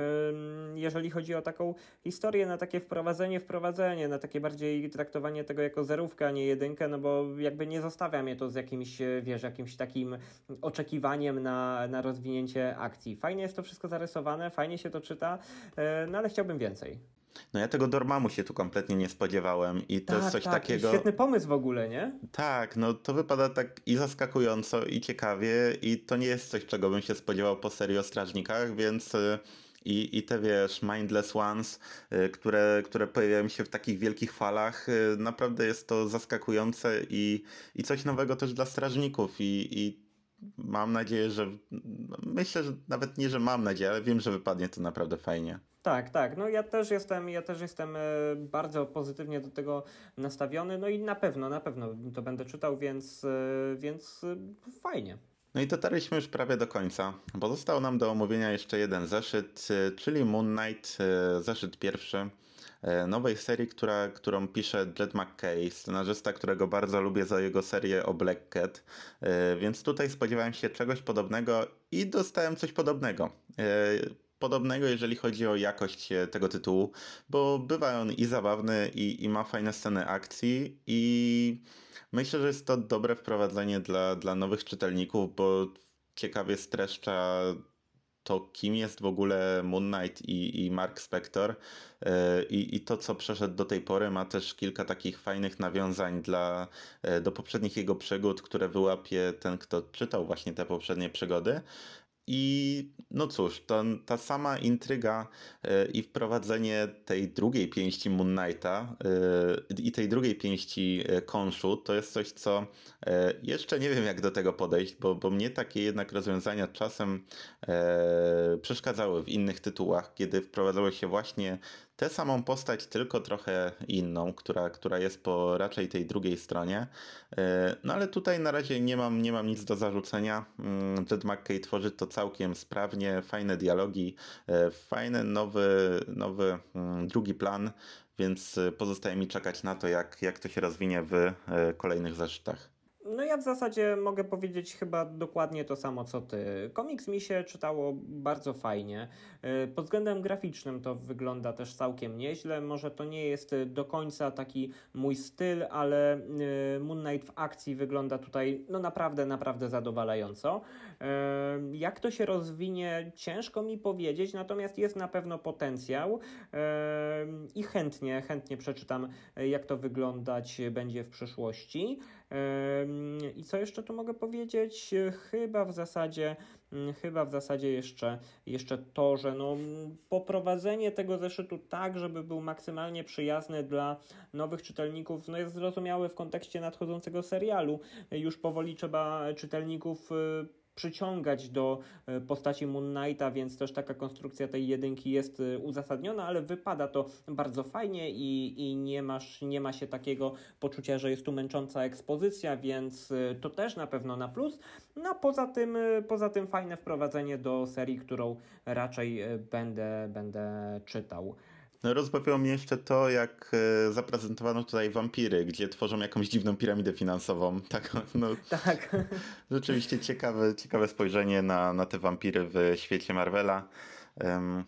ym, jeżeli chodzi o taką historię, na takie wprowadzenie, wprowadzenie, na takie bardziej traktowanie tego jako zerówkę, a nie jedynkę, no bo jakby nie zostawia mnie to z jakimś, e, wiesz, jakimś takim oczekiwaniem na, na rozwinięcie akcji. Fajnie jest to wszystko zarysowane, fajnie się to czyta, e, no ale chciałbym więcej. No ja tego Dormammu się tu kompletnie nie spodziewałem i to jest Tak, coś tak, i takiego... świetny pomysł w ogóle, nie? Tak, no to wypada tak i zaskakująco, i ciekawie, i to nie jest coś, czego bym się spodziewał po serii o strażnikach, więc y, i, i te wiesz, Mindless Ones, y, które, które pojawiają się w takich wielkich falach, y, naprawdę jest to zaskakujące i, i coś nowego też dla strażników i, i mam nadzieję, że myślę, że nawet nie, że mam nadzieję, ale wiem, że wypadnie to naprawdę fajnie. Tak, tak. No ja też jestem, ja też jestem e, bardzo pozytywnie do tego nastawiony, no i na pewno, na pewno to będę czytał, więc, e, więc e, fajnie. No i dotarliśmy już prawie do końca, bo został nam do omówienia jeszcze jeden zeszyt, y, czyli Moon Knight, y, zeszyt pierwszy y, nowej serii, która, którą pisze Jed MacKay, scenarzysta, którego bardzo lubię za jego serię o Black Cat, y, więc tutaj spodziewałem się czegoś podobnego i dostałem coś podobnego. Y, Podobnego, jeżeli chodzi o jakość e, tego tytułu, bo bywa on i zabawny, i, i ma fajne sceny akcji, i myślę, że jest to dobre wprowadzenie dla, dla nowych czytelników, bo ciekawie streszcza to, kim jest w ogóle Moon Knight i, i Mark Spector. E, I, I to, co przeszedł do tej pory, ma też kilka takich fajnych nawiązań dla, e, do poprzednich jego przygód, które wyłapie ten, kto czytał właśnie te poprzednie przygody. I no cóż, to, ta sama intryga e, i wprowadzenie tej drugiej pięści Moon Knighta e, i tej drugiej pięści e, Khonshu to jest coś, co e, jeszcze nie wiem, jak do tego podejść, bo, bo mnie takie jednak rozwiązania czasem e, przeszkadzały w innych tytułach, kiedy wprowadzało się właśnie tę samą postać, tylko trochę inną, która, która jest po raczej tej drugiej stronie. E, No ale tutaj na razie nie mam, nie mam nic do zarzucenia. Mm, Jed MacKay tworzy to całkiem sprawnie, fajne dialogi, e, fajny nowy, nowy mm, drugi plan, więc e, pozostaje mi czekać na to, jak, jak to się rozwinie w e, kolejnych zeszytach. No ja w zasadzie mogę powiedzieć chyba dokładnie to samo co ty. Komiks mi się czytało bardzo fajnie. E, Pod względem graficznym to wygląda też całkiem nieźle. Może to nie jest e, do końca taki mój styl, ale e, Moon Knight w akcji wygląda tutaj no naprawdę, naprawdę zadowalająco. E, Jak to się rozwinie, ciężko mi powiedzieć, natomiast jest na pewno potencjał e, i chętnie, chętnie przeczytam, e, jak to wyglądać będzie w przyszłości. Ym, I co jeszcze tu mogę powiedzieć? Chyba w zasadzie, mm, chyba w zasadzie jeszcze, jeszcze to, że no, mm, poprowadzenie tego zeszytu tak, żeby był maksymalnie przyjazny dla nowych czytelników, no jest zrozumiałe w kontekście nadchodzącego serialu. Już powoli trzeba czytelników y, przyciągać do y, postaci Moon Knighta, więc też taka konstrukcja tej jedynki jest y, uzasadniona, ale wypada to bardzo fajnie i, i nie masz, nie ma się takiego poczucia, że jest tu męcząca ekspozycja, więc y, to też na pewno na plus. No a poza tym, y, poza tym fajne wprowadzenie do serii, którą raczej y, będę, będę czytał. No, rozbawiło mnie jeszcze to, jak e, zaprezentowano tutaj wampiry, gdzie tworzą jakąś dziwną piramidę finansową. Tak, no, Tak. rzeczywiście ciekawe, ciekawe spojrzenie na, na te wampiry w świecie Marvela. Em,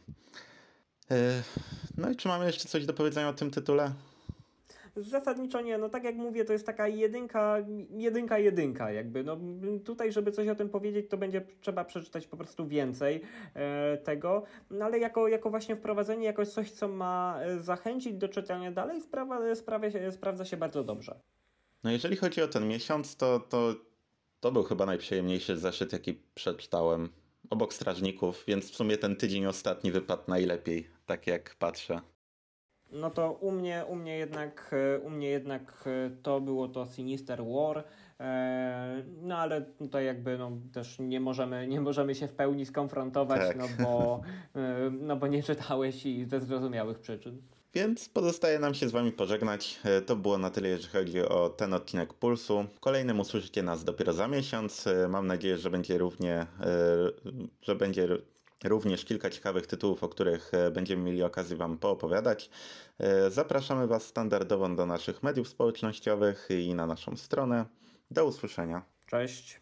e, no i czy mamy jeszcze coś do powiedzenia o tym tytule? Zasadniczo nie, no tak jak mówię, to jest taka jedynka, jedynka, jedynka jakby, no tutaj, żeby coś o tym powiedzieć, to będzie trzeba przeczytać po prostu więcej e, tego, no ale jako, jako właśnie wprowadzenie, jakoś coś, co ma e, zachęcić do czytania dalej, sprawa, sprawia się, sprawdza się bardzo dobrze. No jeżeli chodzi o ten miesiąc, to, to, to był chyba najprzyjemniejszy zeszyt, jaki przeczytałem. Obok Strażników, więc w sumie ten tydzień ostatni wypadł najlepiej, tak jak patrzę. No to u mnie, u mnie jednak, e, u mnie jednak e, to było to Sinister War, e, no ale tutaj jakby no, też nie możemy, nie możemy się w pełni skonfrontować, Tak. no bo, e, no bo nie czytałeś i ze zrozumiałych przyczyn. Więc pozostaje nam się z wami pożegnać. E, To było na tyle, jeżeli chodzi o ten odcinek Pulsu. W kolejnym usłyszycie nas dopiero za miesiąc. E, Mam nadzieję, że będzie równie, e, że będzie r- również kilka ciekawych tytułów, o których e, będziemy mieli okazję wam poopowiadać. E, Zapraszamy was standardowo do naszych mediów społecznościowych i na naszą stronę. Do usłyszenia. Cześć.